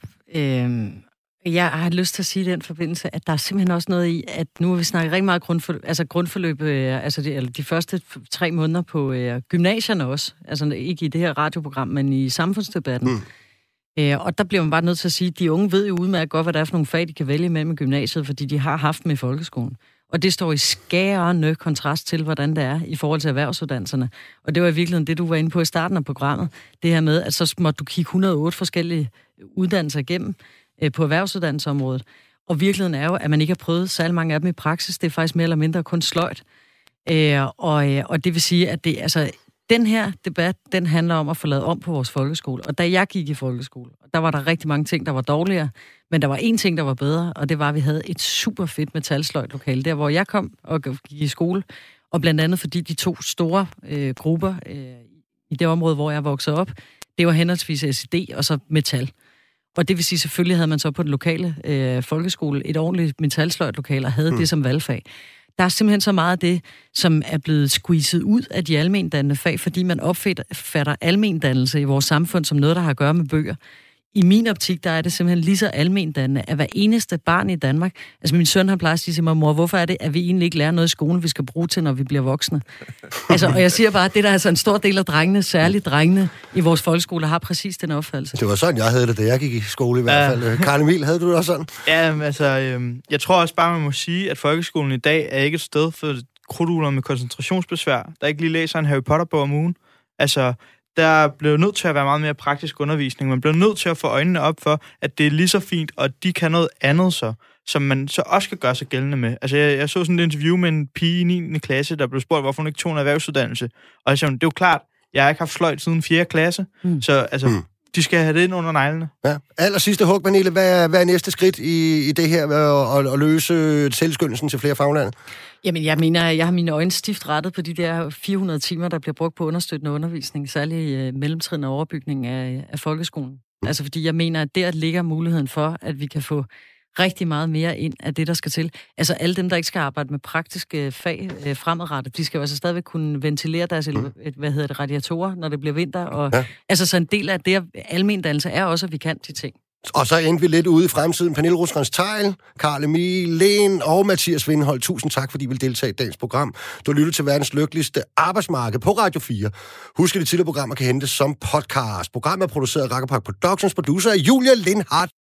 Jeg har lyst til at sige i den forbindelse, at der er simpelthen også noget i, at nu har vi snakket rigtig meget grundforløb, de første 3 måneder på gymnasierne også, altså ikke i det her radioprogram, men i samfundsdebatten. Og der bliver man bare nødt til at sige, at de unge ved jo udmærket godt, hvad der er for nogle fag, de kan vælge med gymnasiet, fordi de har haft dem i folkeskolen. Og det står i skærende kontrast til, hvordan det er i forhold til erhvervsuddannelserne. Og det var i virkeligheden det, du var inde på i starten af programmet. Det her med, at så måtte du kigge 108 forskellige uddannelser igennem på erhvervsuddannelsesområdet. Og virkeligheden er jo, at man ikke har prøvet særlig mange af dem i praksis. Det er faktisk mere eller mindre kun sløjt. Og det vil sige, at det, altså, den her debat, den handler om at få lavet om på vores folkeskole. Og da jeg gik i folkeskole, der var der rigtig mange ting, der var dårligere. Men der var én ting, der var bedre, og det var, at vi havde et super fedt metalsløjtlokale, der hvor jeg kom og gik i skole. Og blandt andet fordi de 2 store grupper i det område, hvor jeg voksede op, det var henholdsvis SID og så metal. Og det vil sige, selvfølgelig havde man så på den lokale folkeskole et ordentligt metalsløjtlokale og havde det som valgfag. Der er simpelthen så meget af det, som er blevet squeezet ud af de almendannende fag, fordi man opfatter almendannelse i vores samfund som noget, der har at gøre med bøger. I min optik, der er det simpelthen lige så almendannende, at hver eneste barn i Danmark, altså min søn, han plejer at sige til mig, mor, hvorfor er det, at vi egentlig ikke lærer noget i skolen, vi skal bruge til, når vi bliver voksne? Altså, og jeg siger bare, at det der er altså en stor del af drengene, særligt drengene i vores folkeskole, har præcis den opfattelse. Det var sådan, jeg havde det, da jeg gik i skole i hvert fald. Karl Emil, havde du det også sådan? Ja, altså, jeg tror også bare, man må sige, at folkeskolen i dag er ikke et sted for krudtugler med koncentrationsbesvær, der ikke lige læser en Harry Potter-bog om ugen. Altså, der blev nødt til at være meget mere praktisk undervisning. Man blev nødt til at få øjnene op for, at det er lige så fint, og de kan noget andet så, som man så også kan gøre sig gældende med. Altså, jeg så sådan et interview med en pige i 9. klasse, der blev spurgt, hvorfor hun ikke tog en erhvervsuddannelse. Og jeg sagde, det er jo klart, jeg har ikke haft sløjt siden 4. klasse, så altså, de skal have det ind under neglene. Ja. Allersidste hug, Pernille. Hvad er næste skridt i det her at løse tilskyndelsen til flere faglande? Jamen, jeg mener, jeg har mine øjne stift rettet på de der 400 timer, der bliver brugt på understøttende undervisning, særligt mellemtrin og overbygning af folkeskolen. Altså, fordi jeg mener, at der ligger muligheden for, at vi kan få rigtig meget mere ind af det, der skal til. Altså, alle dem, der ikke skal arbejde med praktiske fag fremadrettet, de skal jo altså stadigvæk kunne ventilere deres radiatorer, når det bliver vinter. Og, altså, så en del af det almendannelse er også, at vi kan de ting. Og så endte vi lidt ude i fremtiden. Pernille Rosenkrantz-Theil, Carl Emil Lehn og Mathias Vindholt. Tusind tak, fordi I vil deltage i dagens program. Du har lyttet til verdens lykkeligste arbejdsmarked på Radio 4. Husk, at de tidligere programmer kan hentes som podcast. Programmet er produceret af Rakkerpark Productions. Producer er Julia Lindhardt.